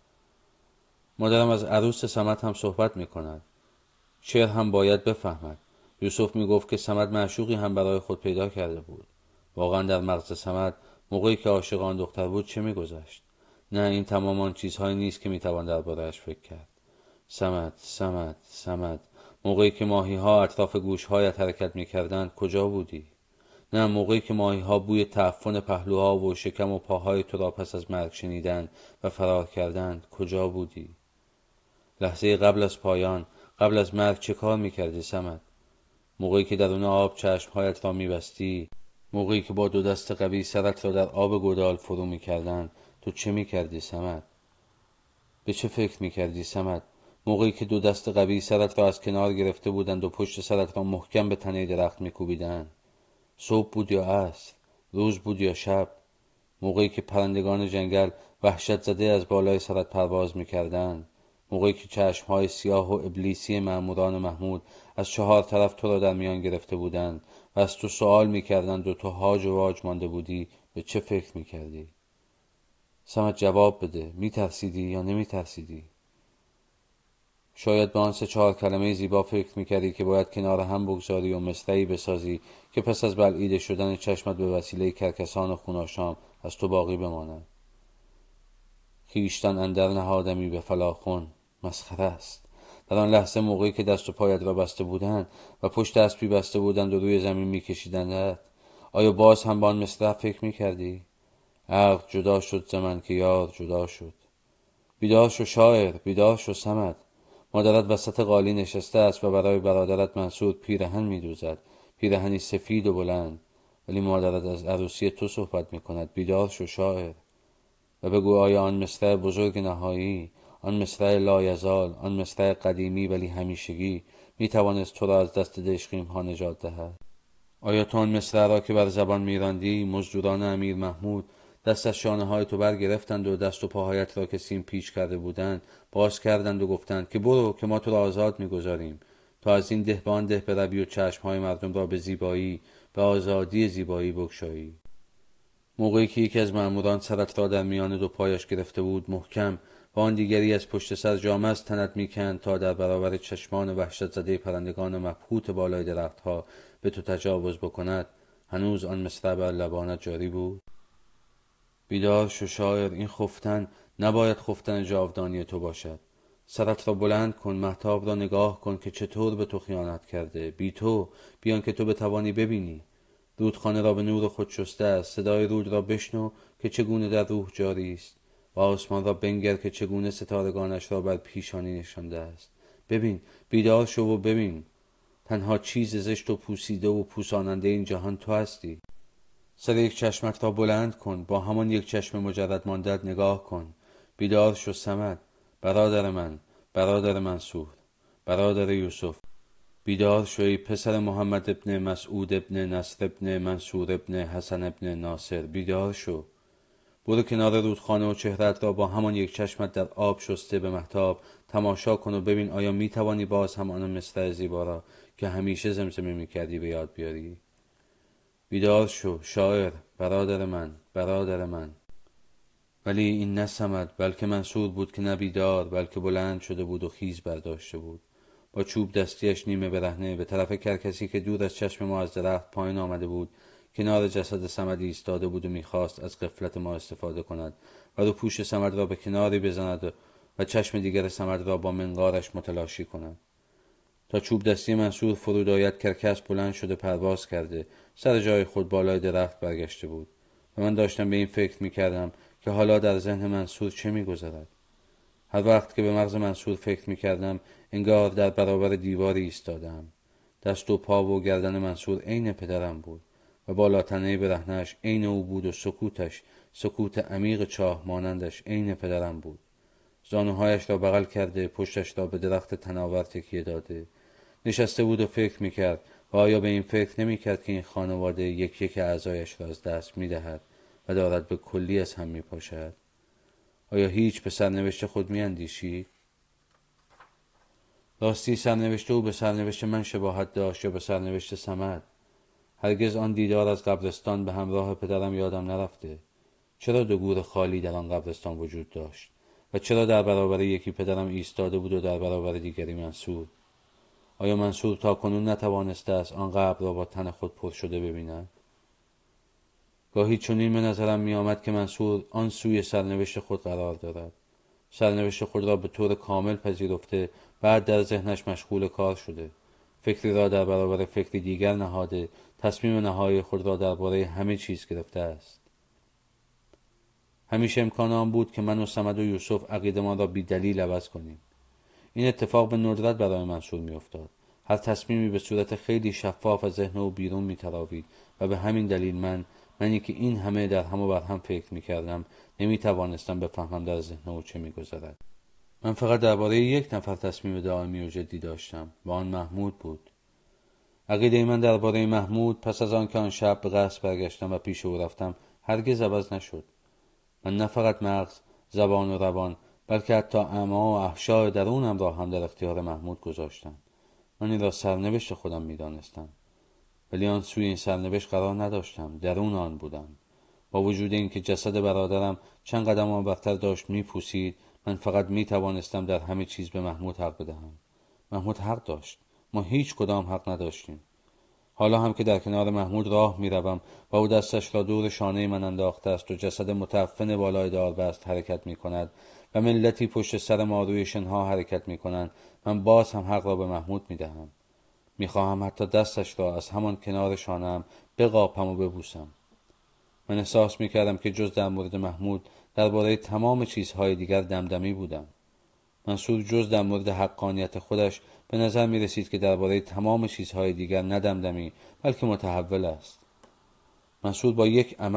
مادرم از عروس صمد هم صحبت میکند. شعر هم باید بفهمد. یوسف میگفت که صمد معشوقی هم برای خود پیدا کرده بود. واقعا در مغز صمد موقعی که عاشق آن دختر بود چه میگذشت؟ نه، این تمام آن چیزهایی نیست که میتوان درباره‌اش فکر کرد. صمد، صمد، صمد، موقعی که ماهی‌ها اطراف گوش‌هایت حرکت میکردند کجا بودی؟ نه، موقعی که ماهی‌ها بوی تعفن پهلوها و شکم و پاهای تو را پس از مرگ شنیدند و فرار کردند کجا بودی؟ لحظه قبل از پایان، قبل از مرگ چه کار میکردی صمد؟ موقعی که درون آب چشمهایت را میبستی، موقعی که با دو دست قوی سرت را در آب گودال فرو میکردند، تو چه میکردی صمد؟ به چه فکر میکردی صمد؟ موقعی که دو دست قوی سرت را از کنار گرفته بودند و پشت سرت را محکم به تنه درخت میکوبیدند. صبح بود یا عصر؟ روز بود یا شب؟ موقعی که پرندگان جنگل وحشت زده از بالای سرت پرواز میکردند، موقعی که چشمهای سیاه و ابلیسی مأموران محمود از چهار طرف تو را در میان گرفته بودند و از تو سوال میکردند و تو هاج و واج مانده بودی، به چه فکر میکردی؟ صمد جواب بده، میترسیدی یا نمیترسیدی؟ شاید به آن 3-4 کلمه زیبا فکر میکردی که باید کنار هم بگذاری و مصرعی بسازی که پس از بلعیده شدن چشمت به وسیله کرکسان و خوناشام از تو باقی بماند. خویشتن اندر نهادمی به فلاخن، مسخره است. در آن لحظه موقعی که دست و پایت را بسته بودند و پشت اسبی بسته بودند و روی زمین میکشیدندت، آیا باز هم با آن مصرع فکر میکردی؟ عقل جدا شد ز من که یار جدا شد. بیدار شو شاعر، بیدار شو صمد. مادرت وسط قالی نشسته است و برای برادرت منصور پیرهن میدوزد، پیرهنی سفید و بلند، ولی مادرت از عروسی تو صحبت میکند. بیدار شو شاعر. و بگو آیا آن مصرع بزرگ نهایی، آن مصرع لایزال، آن مصرع قدیمی ولی همیشگی می توانست تو را از دست دژخیم ها نجات دهد؟ آیا تو آن مصرع را که بر زبان میراندی، مزدوران امیر محمود دست از شانه های تو برگرفتند و دست و پاهایت را که سیم پیچ کرده بودند باز کردند و گفتند که برو که ما تو را آزاد میگذاریم تا از این ده به آن ده بروی و چشمهای مردم را به زیبایی، به آزادی زیبایی بگشایی. موقعی که یکی از مأموران سرت را در میان دو پایش گرفته بود محکم و آن دیگری از پشت سر جامه از تنت میکند تا در برابر چشمان وحشت زده پرندگان مبهوت بالای درختها به تو تجاوز بکند، هنوز آن مصرع بر لبانت جاری بود؟ بیدار شو شاعر، این خفتن نباید خفتن جاودانی تو باشد. سرت را بلند کن، مهتاب را نگاه کن که چطور به تو خیانت کرده، بی تو، بیان که تو بتوانی ببینی. رودخانه را به نور خود شسته است، صدای رود را بشنو که چگونه در روح جاری است و آسمان را بنگر که چگونه ستارگانش را بر پیشانی نشانده است. ببین، بیدار شو و ببین، تنها چیز زشت و پوسیده و پوساننده این جهان تو هستی. سر یک چشمت را بلند کن، با همان یک چشم مجرد ماندت نگاه کن. بیدار شو صمد، برادر من، برادر منصور، برادر یوسف. بیدار شو ای پسر محمد ابن مسعود ابن نصر ابن منصور ابن حسن ابن ناصر، بیدار شو. برو کنار رودخانه و چهرت را با همان یک چشمت در آب شسته به مهتاب تماشا کن و ببین آیا میتوانی باز هم آن مصرع زیبا را که همیشه زمزمه میکردی به یاد بیاری. بیدار شو شاعر، برادر من، برادر من. ولی این نه صمد بلکه منصور بود که نه بیدار بلکه بلند شده بود و خیز برداشته بود. با چوب دستیش نیمه برهنه به طرف کرکسی که دور از چشم ما از درخت پایین آمده بود کنار جسد صمد ایستاده بود و میخواست از غفلت ما استفاده کند و رو پوش صمد را به کناری بزند و چشم دیگر صمد را با منقارش متلاشی کند. تا چوب دستی منصور فرود آید کرکس بلند شده پرواز کرده، سر جای خود بالای درخت برگشته بود و من داشتم به این فکر میکردم که حالا در ذهن منصور چه میگذرد. هر وقت که به مغز منصور فکر میکردم انگار در برابر دیواری ایستادم. دست و پا و گردن منصور عین پدرم بود و بالاتنه برهنه‌اش عین او بود و سکوتش، سکوت عمیق چاه مانندش عین پدرم بود. زانوهایش را بغل کرده، پشتش را به درخت تناور تکیه داده نشسته بود و فکر میکرد و آیا به این فکر نمیکرد که این خانواده یک یک اعضایش را از دست میدهد و دارد به کلی از هم میپاشد؟ آیا هیچ به سرنوشت خود میاندیشید؟ راستی سرنوشت او به سرنوشت من شباهت داشت یا به سرنوشت صمد؟ هرگز آن دیدار از قبرستان به همراه پدرم یادم نرفته. چرا دو گور خالی در آن قبرستان وجود داشت و چرا در برابر یکی پدرم ایستاده بود و در برابر دیگری منصور؟ آیا منصور تا کنون نتوانسته است آن قبر را با تن خود پر شده ببیند؟ گاهی چنین به نظرم می آمد که منصور آن سوی سرنوشت خود قرار دارد، سرنوشت خود را به طور کامل پذیرفته، بعد در ذهنش مشغول کار شده، فکری را در برابر فکری دیگر نهاده، تصمیم نهایی خود را درباره همه چیز گرفته است. همیشه امکان آن بود که من و صمد و یوسف عقیده‌مان را بی دلیل عوض کنیم. این اتفاق به ندرت برای منصور میافتاد. هر تصمیمی به صورت خیلی شفاف از ذهن او بیرون میتراوید و به همین دلیل منی که این همه در هم و بر هم فکر میکردم نمیتوانستم بفهمم در ذهن او چه میگذرد. من فقط درباره یک نفر تصمیم دائمی و جدی داشتم و آن محمود بود. عقیده من درباره محمود پس از آن که آن شب به قصر برگشتم و پیش او رفتم هرگز عوض نشد. من نه فقط مغز، زبان و روان بلکه حتی اعما و احشاء درونم را هم در اختیار محمود گذاشتم. من این را سرنوشت خودم می‌دانستم، ولی آن سوی این سرنوشت قرار نداشتم، درون آن بودم. با وجود اینکه جسد برادرم چند قدم آنورتر داشت میپوسید، من فقط میتوانستم در همه چیز به محمود حق بدهم. محمود حق داشت، ما هیچ کدام حق نداشتیم. حالا هم که در کنار محمود راه میروم و او دستش را دور شانه من انداخته است و جسد متعفن بالای داربست حرکت میکند و ملتی پشت سر ما روی شنها حرکت میکنند، من باز هم حق را به محمود میدهم. میخواهم حتی دستش را از همان کنار شانه‌ام بقاپم و ببوسم. من احساس میکردم که جز در مورد محمود درباره تمام چیزهای دیگر دمدمی بودم. منصور جز در مورد حقانیت خودش به نظر می رسید که درباره تمام چیزهای دیگر ندمدمی بلکه متحول است. منصور با یک عمل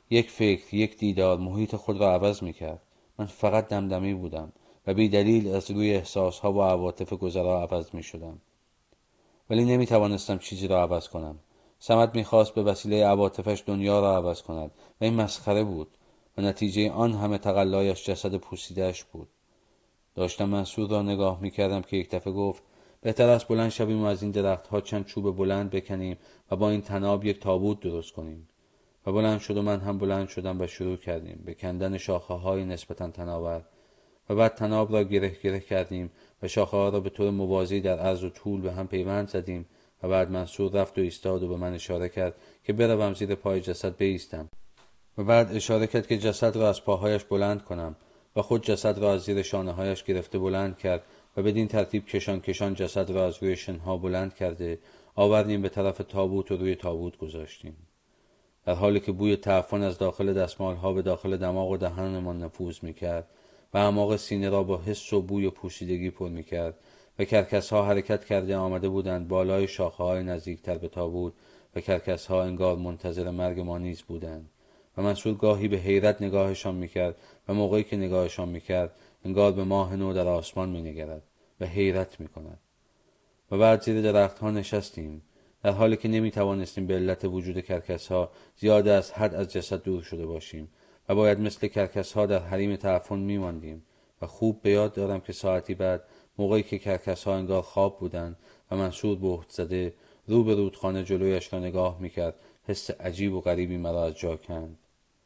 یک فکر، یک دیدار محیط خود را عوض میکرد. من فقط دمدمی بودم و بی دلیل از روی احساسها و عواطف گذرا عوض میشدم. ولی نمیتوانستم چیزی را عوض کنم. صمد میخواست به وسیله عواطفش دنیا را عوض کند و این مسخره بود و نتیجه آن همه تقلایش جسد پوسیده‌اش بود. داشتم منصور را نگاه میکردم که یک دفعه گفت بهتر است بلند شویم و از این درختها چند چوب بلند بکنیم و با این تناب یک تابوت درست کنیم. و بلند شد و من هم بلند شدم و شروع کردیم به کندن شاخه های نسبتا تناور و بعد تناب را گره کردیم و شاخه ها را به طور موازی در عرض و طول به هم پیوند زدیم و بعد منصور رفت و ایستاد و به من اشاره کرد که بروم زیر پای جسد بایستم و بعد اشاره کرد که جسد را از پاهایش بلند کنم و خود جسد را از زیر شانه هایش گرفته بلند کرد و بدین ترتیب کشان جسد را از روی شنها بلند کرده آوردیم به طرف تابوت و روی تابوت گذاشتیم. در حالی که بوی تعفن از داخل دستمال ها به داخل دماغ و دهانمان نفوذ میکرد و اعماق سینه را با حس و بوی و پوسیدگی پر میکرد و کرکس ها حرکت کرده آمده بودند بالای شاخه های نزدیکتر به تابوت و کرکس ها انگار منتظر مرگ ما نیز بودند و منصور گاهی به حیرت نگاهشان میکرد و موقعی که نگاهشان میکرد انگار به ماه نو در آسمان مینگرد و حیرت میکند. و بعد زیر درختها نشستیم در حالی که نمیتوانستیم به علت وجود کرکس‌ها زیاده از حد از جسد دور شده باشیم و باید مثل کرکس‌ها در حریم تعفن میماندیم. و خوب به یاد دارم که ساعتی بعد موقعی که کرکس‌ها انگار خواب بودند و منصور بهت زده رو به رودخانه جلویش را نگاه میکرد، حس عجیب و غریبی مرا از جا کند.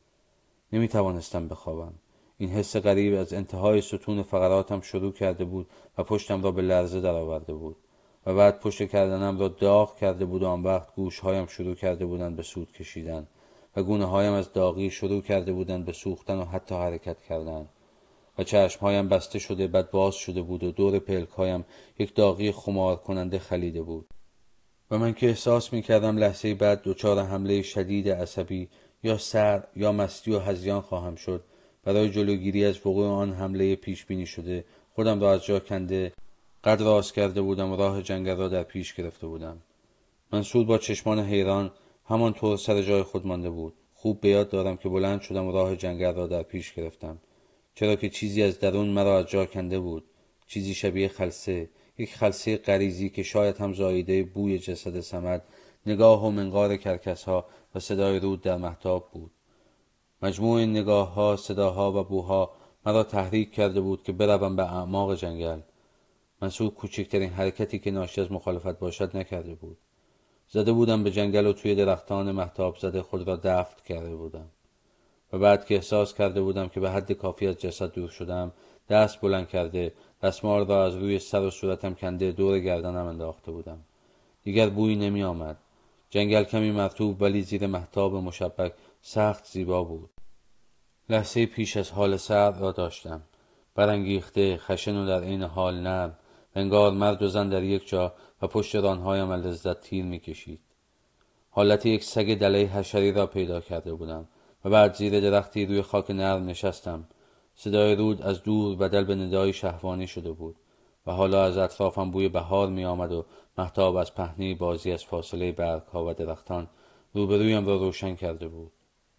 نمیتوانستم بخوابم. این حس غریب از انتهای ستون فقراتم شروع کرده بود و پشتم را به لرزه درآورده بود و بعد پشت کردنم را داغ کرده بود و آن وقت گوشهایم شروع کرده بودند به سود کشیدن و گونه هایم از داغی شروع کرده بودند به سوختن و حتی حرکت کردن و چشمهایم بسته شده بعد باز شده بود و دور پلکهایم یک داغی خمار کننده خلیده بود و من که احساس می کردم لحظه بعد دچار حمله شدید عصبی یا سر یا مستی و هذیان خواهم شد، برای جلوگیری از وقوع آن حمله پیش بینی شده خودم را از جا کنده قد راست کرده بودم و راه جنگل را در پیش گرفته بودم. منصور با چشمان حیران همانطور سر جای خود مانده بود. خوب به یاد دارم که بلند شدم و راه جنگل را در پیش گرفتم، چرا که چیزی از درون مرا از جا کنده بود، چیزی شبیه خلسه، یک خلسه غریزی که شاید هم زاییده بوی جسد صمد، نگاه و منقار کرکس‌ها و صدای رود در مهتاب بود. مجموع این نگاه‌ها، صداها و بوها مرا تحریک کرده بود که بروم به اعماق جنگل. منصور کوچکترین حرکتی که ناشی از مخالفت باشد نکرده بود. زده بودم به جنگل و توی درختان مهتاب زده خود را دفن کرده بودم و بعد که احساس کرده بودم که به حد کافی از جسد دور شدم، دست بلند کرده دستمال را از روی سر و صورتم کنده دور گردنم انداخته بودم. دیگر بویی نمی آمد. جنگل کمی مرطوب ولی زیر مهتاب مشبک سخت زیبا بود. لحظه پیش از حال سرد را داشتم، برانگیخته، خشن و در عین حال نرم، انگار مرد و زن در یک جا و پشت رانهایم لذت تیر می‌کشید. حالت یک سگ دله حشری را پیدا کرده بودم و بعد زیر درختی روی خاک نرم نشستم. صدای رود از دور بدل به ندای شهوانی شده بود و حالا از اطرافم بوی بهار می آمد و مهتاب از پهنه بازی از فاصله برگ‌ها و درختان روبرویم را روشن کرده بود.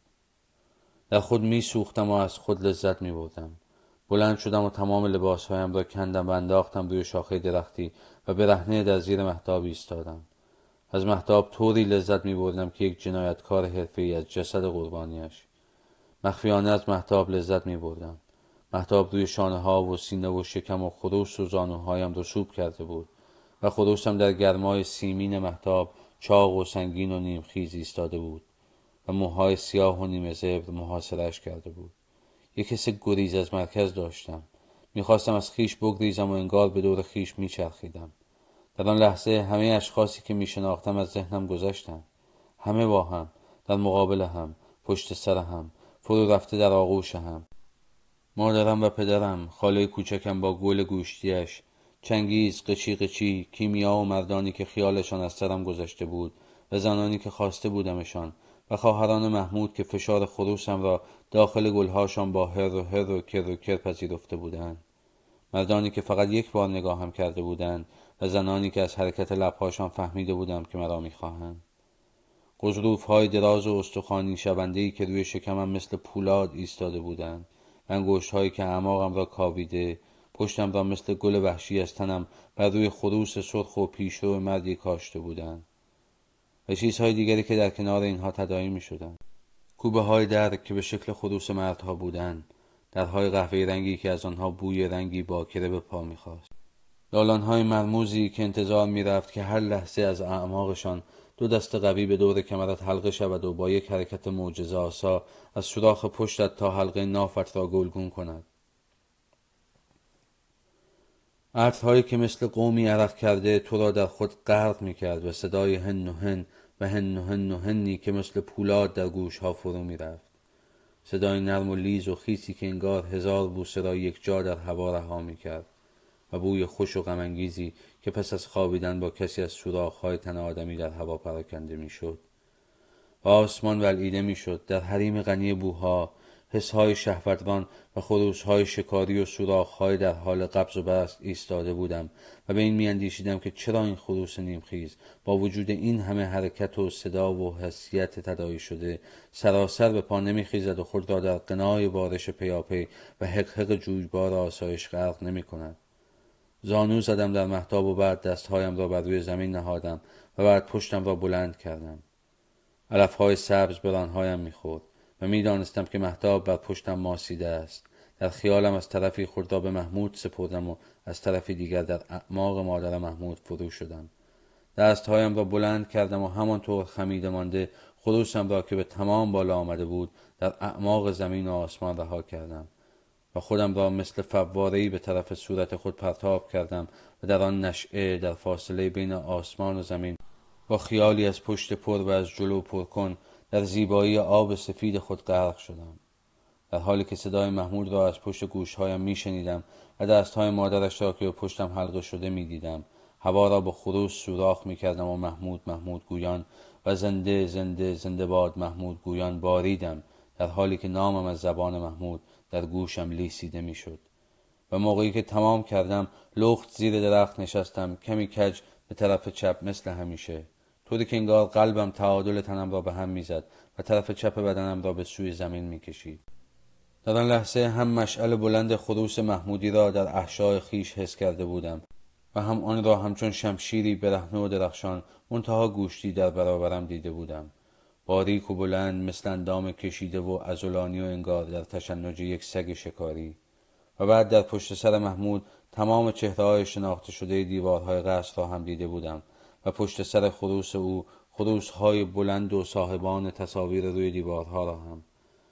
در خود می سوختم و از خود لذت می بردم. بلند شدم و تمام لباسهایم را کندم و انداختم روی شاخه درختی و برهنه در زیر مهتاب ایستادم. از مهتاب طوری لذت می بردم که یک جنایتکار حرفه‌ای از جسد قربانیش. مخفیانه از مهتاب لذت می بردم. مهتاب روی شانه ها و سینه و شکم و خروس و زانوهایم رسوب کرده بود و خروسم در گرمای سیمین مهتاب چاق و سنگین و نیمخیز ایستاده بود و موهای سیاه و نیمه زبر محاصره‌اش کرده بود. یک حس گریز از مرکز داشتم. میخواستم از خیش بگریزم و انگار به دور خیش میچرخیدم. در آن لحظه همه اشخاصی که میشناختم از ذهنم گذشتند. همه با هم، در مقابل هم، پشت سر هم، فرو رفته در آغوش هم. مادرم و پدرم، خاله کوچکم با گل گوشتیش، چنگیز، قچی قچی، کیمیا و مردانی که خیالشان از سرم گذشته بود و زنانی که خواسته بودمشان و خواهران محمود که فشار خروسم را داخل گلهاشان با هر و کر پذیرفته بودند. مردانی که فقط یک بار نگاهم کرده بودند و زنانی که از حرکت لبهاشان فهمیده بودم که مرا میخواهند. غضروف‌های دراز و استخوانی شونده‌ای که روی شکمم مثل پولاد ایستاده بودند، انگشت‌هایی که اعماقم را کاویده، پشتم را مثل گل وحشی از تنم بر روی خروس سرخ و پیشرو مردی کاشته بودند و چیزهای دیگری که در کنار اینها تداعی می‌شدند. کوبه‌های در که به شکل خروس مردها بودند، درهای قهوه‌ای رنگی که از آنها بوی رنگی باکره به پا می‌خاست، دالان‌های مرموزی که انتظار می‌رفت که هر لحظه از اعماقشان دو دست قوی به دور کمرت حلقه شود و با یک حرکت معجزه‌آسا از سوراخ پشتت تا حلقه نافت را گلگون کند. عطرهایی که مثل قومی عرق کرده تو را در خود غرق می‌کرد و صدای هن و هن و هن و هن و هنی که مثل پولاد در گوش‌ها فرو می‌رفت. صدای نرم و لیز و خیسی که انگار هزار بوسه را یک جا در هوا رها می‌کرد و بوی خوش و غم‌انگیزی که پس از خوابیدن با کسی از سوراخ‌های تن آدمی در هوا پراکنده می‌شد. و آسمان ولعیده می‌شد در حریم غنی بوها، حس‌های شهوتوان و خروس‌های شکاری و سوراخ‌های در حال قبض و بسط ایستاده بودم و به این می‌اندیشیدم که چرا این خروس نیمخیز با وجود این همه حرکت و صدا و حسیت تداعی شده سراسر به پا نمی‌خیزد و خود را در غنای بارش پیاپی و حقحق جویبار آسایش غرق نمی‌کند. زانو زدم در مهتاب و بعد دستهایم را بر روی زمین نهادم و بعد پشتم را بلند کردم. علف‌های سبز به رانهایم می‌خورد و می‌دانستم که مهتاب بر پشتم ماسیده است. در خیالم از طرفی خود را به محمود سپردم و از طرفی دیگر در اعماق مادر محمود فرو شدم. دستهایم را بلند کردم و همانطور خمیده مانده خروسم را که به تمام بالا آمده بود در اعماق زمین و آسمان رها کردم و خودم را مثل فواره‌ای به طرف صورت خود پرتاب کردم و در آن نشعه در فاصله بین آسمان و زمین با خیالی از پشت پر و از جلو پر کن در زیبایی آب سفید خود غرق شدم، در حالی که صدای محمود را از پشت گوشهایم میشنیدم و دستهای مادرش را که به پشتم حلقه شده میدیدم. هوا را با خروس سوراخ میکردم و محمود گویان و زنده زنده زنده باد محمود گویان باریدم، در حالی که نامم از زبان محمود در گوشم لیسیده میشد. و موقعی که تمام کردم لخت زیر درخت نشستم، کمی کج به طرف چپ مثل همیشه، طوری که انگار قلبم تعادل تنم را به هم میزد و طرف چپ بدنم را به سوی زمین میکشید. در آن لحظه هم مشعل بلند خروس محمودی را در احشای خیش حس کرده بودم و هم آن را همچون شمشیری برهنه و درخشان منتها گوشتی در برابرم دیده بودم، باریک و بلند مثل اندام کشیده و عضلانی و انگار در تشنج یک سگ شکاری. و بعد در پشت سر محمود تمام چهره‌های شناخته شده دیوارهای قصر را هم دیده بودم و پشت سر خروس او خروس‌های بلند و صاحبان تصاویر روی دیوارها را هم.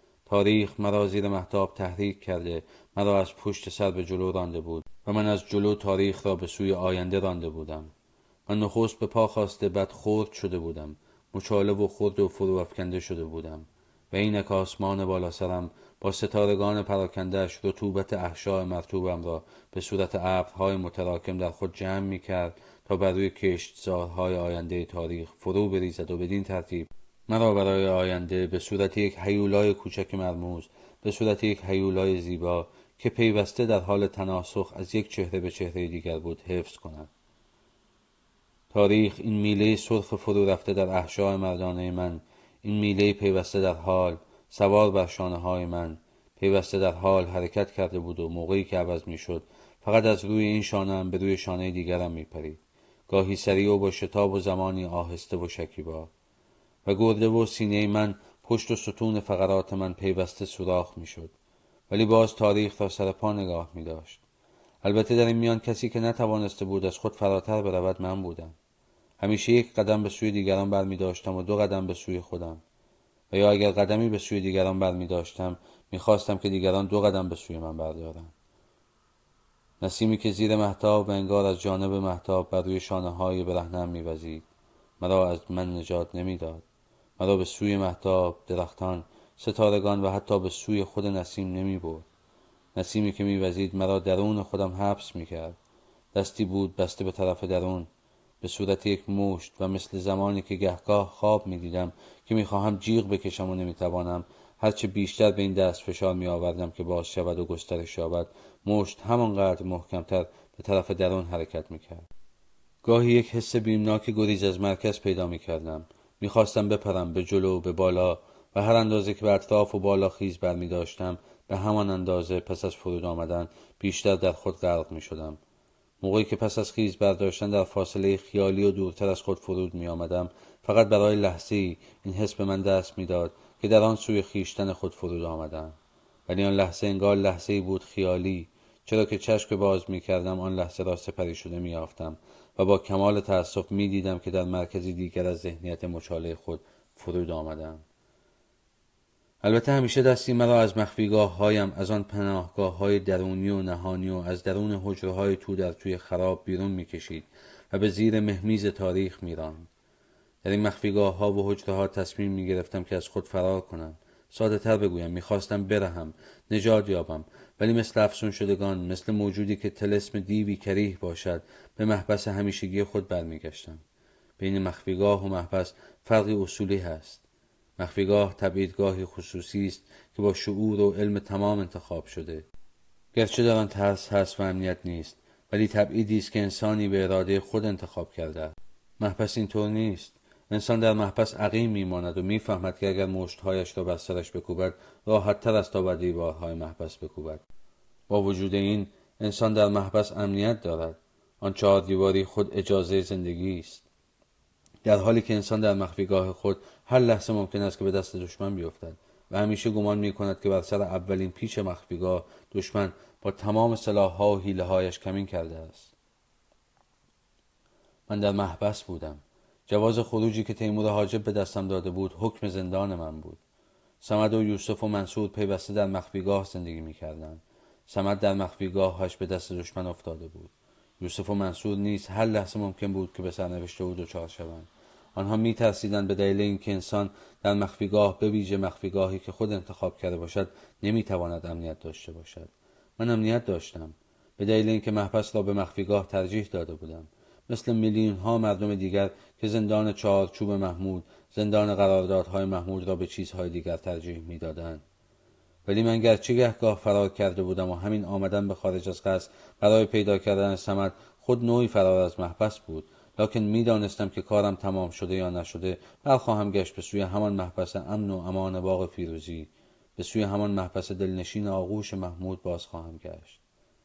تاریخ مرا زیر مهتاب تحریک کرده، مرا از پشت سر به جلو رانده بود و من از جلو تاریخ را به سوی آینده رانده بودم. من نخست به پا خواسته بعد خرد شده بودم، مچاله و خرد و فرو افکنده شده بودم و اینک آسمان بالا سرم با ستارگان پراکنده‌اش رطوبت احشاء مرطوبم را به صورت ابرهای متراکم در خود جمع می‌کرد تا بر روی کشتزارهای آینده تاریخ فرو بریزد و بدین ترتیب مرا برای آینده به صورت یک هیولای کوچک مرموز، به صورت یک هیولای زیبا که پیوسته در حال تناسخ از یک چهره به چهره دیگر بود حفظ کند. تاریخ، این میله سرخ فرو رفته در احشاء مردانه من، این میله پیوسته در حال سوار بر شانه های من، پیوسته در حال حرکت کرده بود و موقعی که عوض می شد فقط از روی این شانه‌ام به روی شانه دیگرم می پرید، گاهی سریع و با شتاب و زمانی آهسته و شکیبا. و گرده و سینه من، پشت و ستون فقرات من پیوسته سوراخ می شد، ولی باز تاریخ را سر پا نگاه می داشت. البته در این میان کسی که نتوانسته بود از خود فراتر برود من بودم. همیشه یک قدم به سوی دیگران برمی داشتم و 2 قدم به سوی خودم، و یا اگر قدمی به سوی دیگران برمی داشتم می خواستم که دیگران 2 قدم به سوی من بردارند. نسیمی که زیر مهتاب و انگار از جانب مهتاب بر روی شانه های برهنه‌ام می وزید مرا از من نجات نمی داد. مرا به سوی مهتاب، درختان، ستارگان و حتی به سوی خود نسیم نمی برد. نسیمی که می وزید مرا درون خودم حبس می کرد. دستی بود بسته به طرف درون به صورت یک مشت و مثل زمانی که گهگاه خواب می دیدم که می خواهم جیغ بکشم و نمی توانم، هرچه بیشتر به این دست فشار می آوردم که باز شود و گسترش یابد، مشت همانقدر محکمتر به طرف درون حرکت می کرد. گاهی یک حس بیمناک گریز از مرکز پیدا می کردم. میخواستم بپرم به جلو، به بالا، و هر اندازه که به اطراف و بالا خیز برمی داشتم به همان اندازه پس از فرود آمدن بیشتر در خود غرق می شدم. موقعی که پس از خیز برداشتن در فاصله خیالی و دورتر از خود فرود می آمدم، فقط برای لحظه‌ای این حس به من دست می داد که در آن سوی خیشتن خود فرود آمدم. ولی آن لحظه انگار لحظه‌ای بود خیالی، چرا که چشم باز می کردم آن لحظه را سپری شده می یافتم و با کمال تأسف می دیدم که در مرکزی دیگر از ذهنیت مچاله خود فرود آمدم. البته همیشه دستی مرا از مخفیگاه هایم، از آن پناهگاه های درونی و نهانی و از درون حجره های تو در توی خراب بیرون می کشید و به زیر مهمیز تاریخ می راند. در این مخفیگاه ها و حجره ها تصمیم می گرفتم که از خود فرار کنم. ساده تر بگویم میخواستم برهم، نجات یابم، ولی مثل افسون شدگان، مثل موجودی که طلسم دیوی کریه باشد، به محبس همیشگی خود برمیگشتم. بین مخفیگاه و محبس فرقی اصولی هست. مخفیگاه تبعیدگاهی خصوصی است که با شعور و علم تمام انتخاب شده. گرچه در آن ترس هست و امنیت نیست، ولی تبعیدی است که انسانی به اراده خود انتخاب کرده. محبس اینطور نیست. انسان در محبس عقیم میماند و میفهمد که اگر مشتهایش را بر سرش بکوبد راحت تر است تا بر دیوارهای محبس بکوبد. با وجود این، انسان در محبس امنیت دارد. آن 4 دیواری خود اجازه زندگی است، در حالی که انسان در مخفیگاه خود هر لحظه ممکن است که به دست دشمن بیفتد و همیشه گمان می کند که بر سر اولین پیچ مخفیگاه دشمن با تمام سلاح‌ها و حیله‌هایش کمین کرده است. من در محبس بودم. جواز خروجی که تیمور حاجب به دستم داده بود حکم زندان من بود. صمد و یوسف و منصور پیوسته در مخفیگاه زندگی می‌کردند. صمد در مخفیگاهش به دست دشمن افتاده بود. یوسف و منصور نیز هر لحظه ممکن بود که به سرنوشت او دچار شوند. آنها می‌ترسیدند به دلیل اینکه انسان در مخفیگاه، به ویژه مخفیگاهی که خود انتخاب کرده باشد، نمی‌تواند امنیت داشته باشد. من امنیت داشتم، به دلیل اینکه محبس را به مخفیگاه ترجیح داده بودم. مثل میلیون‌ها مردم دیگر که زندان چارچوب محمود، زندان قراردادهای محمود را به چیزهای دیگر ترجیح می‌دادند. ولی من گرچه گهگاه فرار کرده بودم و همین آمدن به خارج از قصر برای پیدا کردن صمد خود نوعی فرار از محبس بود، لکن می‌دانستم که کارم تمام شده یا نشده برخواهم گشت به سوی همان محبس امن و امان باغ فیروزی، به سوی همان محبس دلنشین آغوش محمود باز خواهم گشت.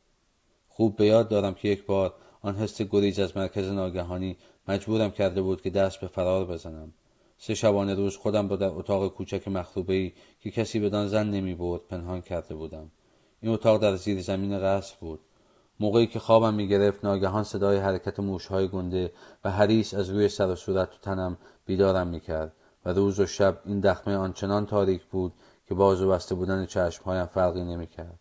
خوب به یاد دارم که یک بار آن حس گریز از مرکز ناگهانی مجبورم کرده بود که دست به فرار بزنم. 3 شبانه روز خودم را در اتاق کوچک مخروبه‌ای که کسی بدان زن نمی‌برد پنهان کرده بودم. این اتاق در زیر زمین قصر بود. موقعی که خوابم می‌گرفت ناگهان صدای حرکت موش‌های گنده و حریص از روی سر و صورت و تنم بیدارم می‌کرد و روز و شب این دخمه آنچنان تاریک بود که باز و بسته بودن چشم‌هایم فرقی نمی‌کرد.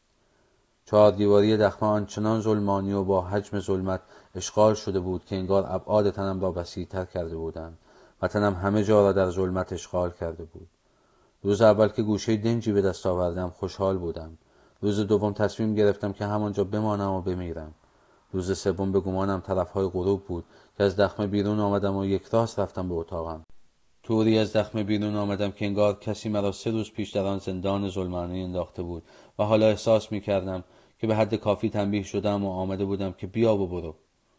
4 دیواری دخمه آنچنان ظلمانی و با حجم ظلمت اشغال شده بود که انگار ابعاد تنم را وسیع‌تر کرده بودند و تنم همه جا را در ظلمت اشغال کرده بود. روز اول که گوشه دنجی به دست آوردم خوشحال بودم. روز دوم تصمیم گرفتم که همانجا بمانم و بمیرم. روز سوم به گمانم طرفهای غروب بود که از دخمه بیرون آمدم و یک راست رفتم به اتاقم. طوری از دخمه بیرون آمدم که انگار کسی مرا 3 روز پیش در آن زندان ظلمانی انداخته بود و حالا احساس می‌کردم که به حد کافی تنبیه شدم و آمده بودم که بیا و برو.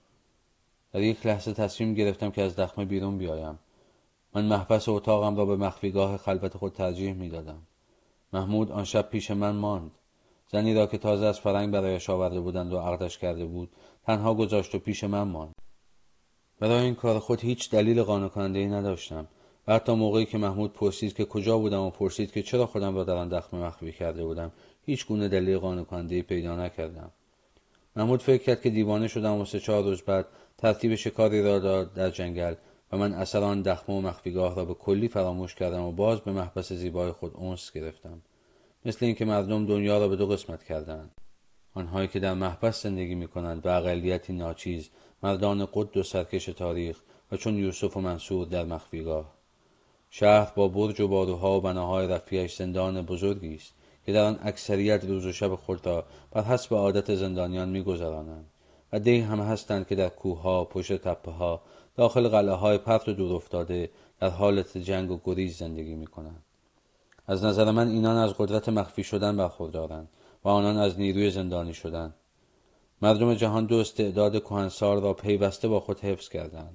در یک لحظه تصمیم گرفتم که از دخمه بیرون بیایم. من محبس اتاقم را به مخفیگاه خلوت خود ترجیح می‌دادم. محمود آن شب پیش من ماند. زنی را که تازه از فرنگ برایش آورده بودند و عقدش کرده بود تنها گذاشت و پیش من ماند. برای این کار خود هیچ دلیل قانع کننده‌ای نداشتم و حتی موقعی که محمود پرسید که کجا بودم و پرسید که چرا خودم را در آن دخمه مخفی کرده بودم، هیچ گونه دلیل قانع کننده‌ای پیدا نکردم. محمود فکر کرد که دیوانه شدم و 3-4 روز بعد ترتیب شکاری را داد در جنگل و من اثر آن دخمه و مخفیگاه را به کلی فراموش کردم و باز به محبس زیبای خود انس گرفتم. مثل اینکه مردم دنیا را به 2 قسمت کردند. آنهایی که در محبس زندگی می‌کنند و اقلیتی ناچیز، مردان قد و سرکش تاریخ و چون یوسف و منصور در مخفیگاه. شهر با برج و باروها و بناهای رفیعش زندان بزرگی است که در آن اکثریت روز و شب خود را بر حسب عادت زندانیان می‌گذرانند و دی هم هستند که در کوه‌ها، پشت تپه‌ها، داخل قلعه‌های پرت و دور افتاده در حالت جنگ و گریز زندگی می‌کنند. از نظر من اینان از قدرت مخفی شدن برخوردارند و آنان از نیروی زندانی شدن. مردم جهان 2 استعداد کهنسال را پیوسته با خود حفظ کردند: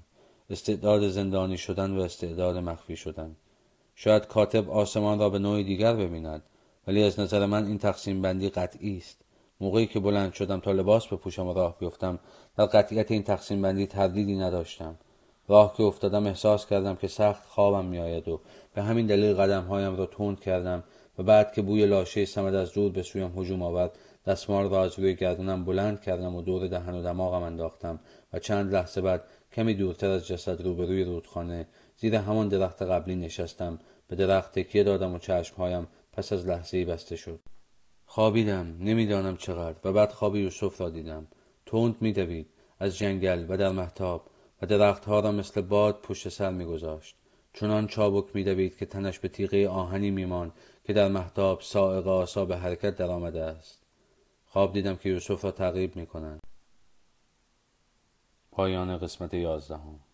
استعداد زندانی شدن و استعداد مخفی شدن. شاید کاتب آسمان را به نوع دیگر ببیند، ولی از نظر من این تقسیم بندی قطعی است. موقعی که بلند شدم تا لباس بپوشم و راه بیفتم، در قطعیت این تقسیم بندی تردیدی نداشتم. راه که افتادم احساس کردم که سخت خوابم میآید و به همین دلیل قدمهایم را تند کردم و بعد که بوی لاشه صمد از دور به سویم هجوم آورد، دستمال را از روی گردنم بلند کردم و دور دهن و دماغم انداختم و چند لحظه بعد کمی دورتر از جسد روبروی رودخانه زیر همان درخت قبلی نشستم. به درخت تکیه دادم و چشمهایم پس از لحظه‌ای بسته شد. خوابیدم، نمیدانم چقدر، و بعد خواب یوسف را دیدم. تند می‌دوید از جنگل و در مهتاب و درختها را مثل باد پشت سر می‌گذاشت. چنان چابک می‌دوید که تنش به تیغه آهنی می‌ماند که در مهتاب صاعقه آسا به حرکت درآمده است. خواب دیدم که یوسف را تعقیب می‌کنند. پایان قسمت 11.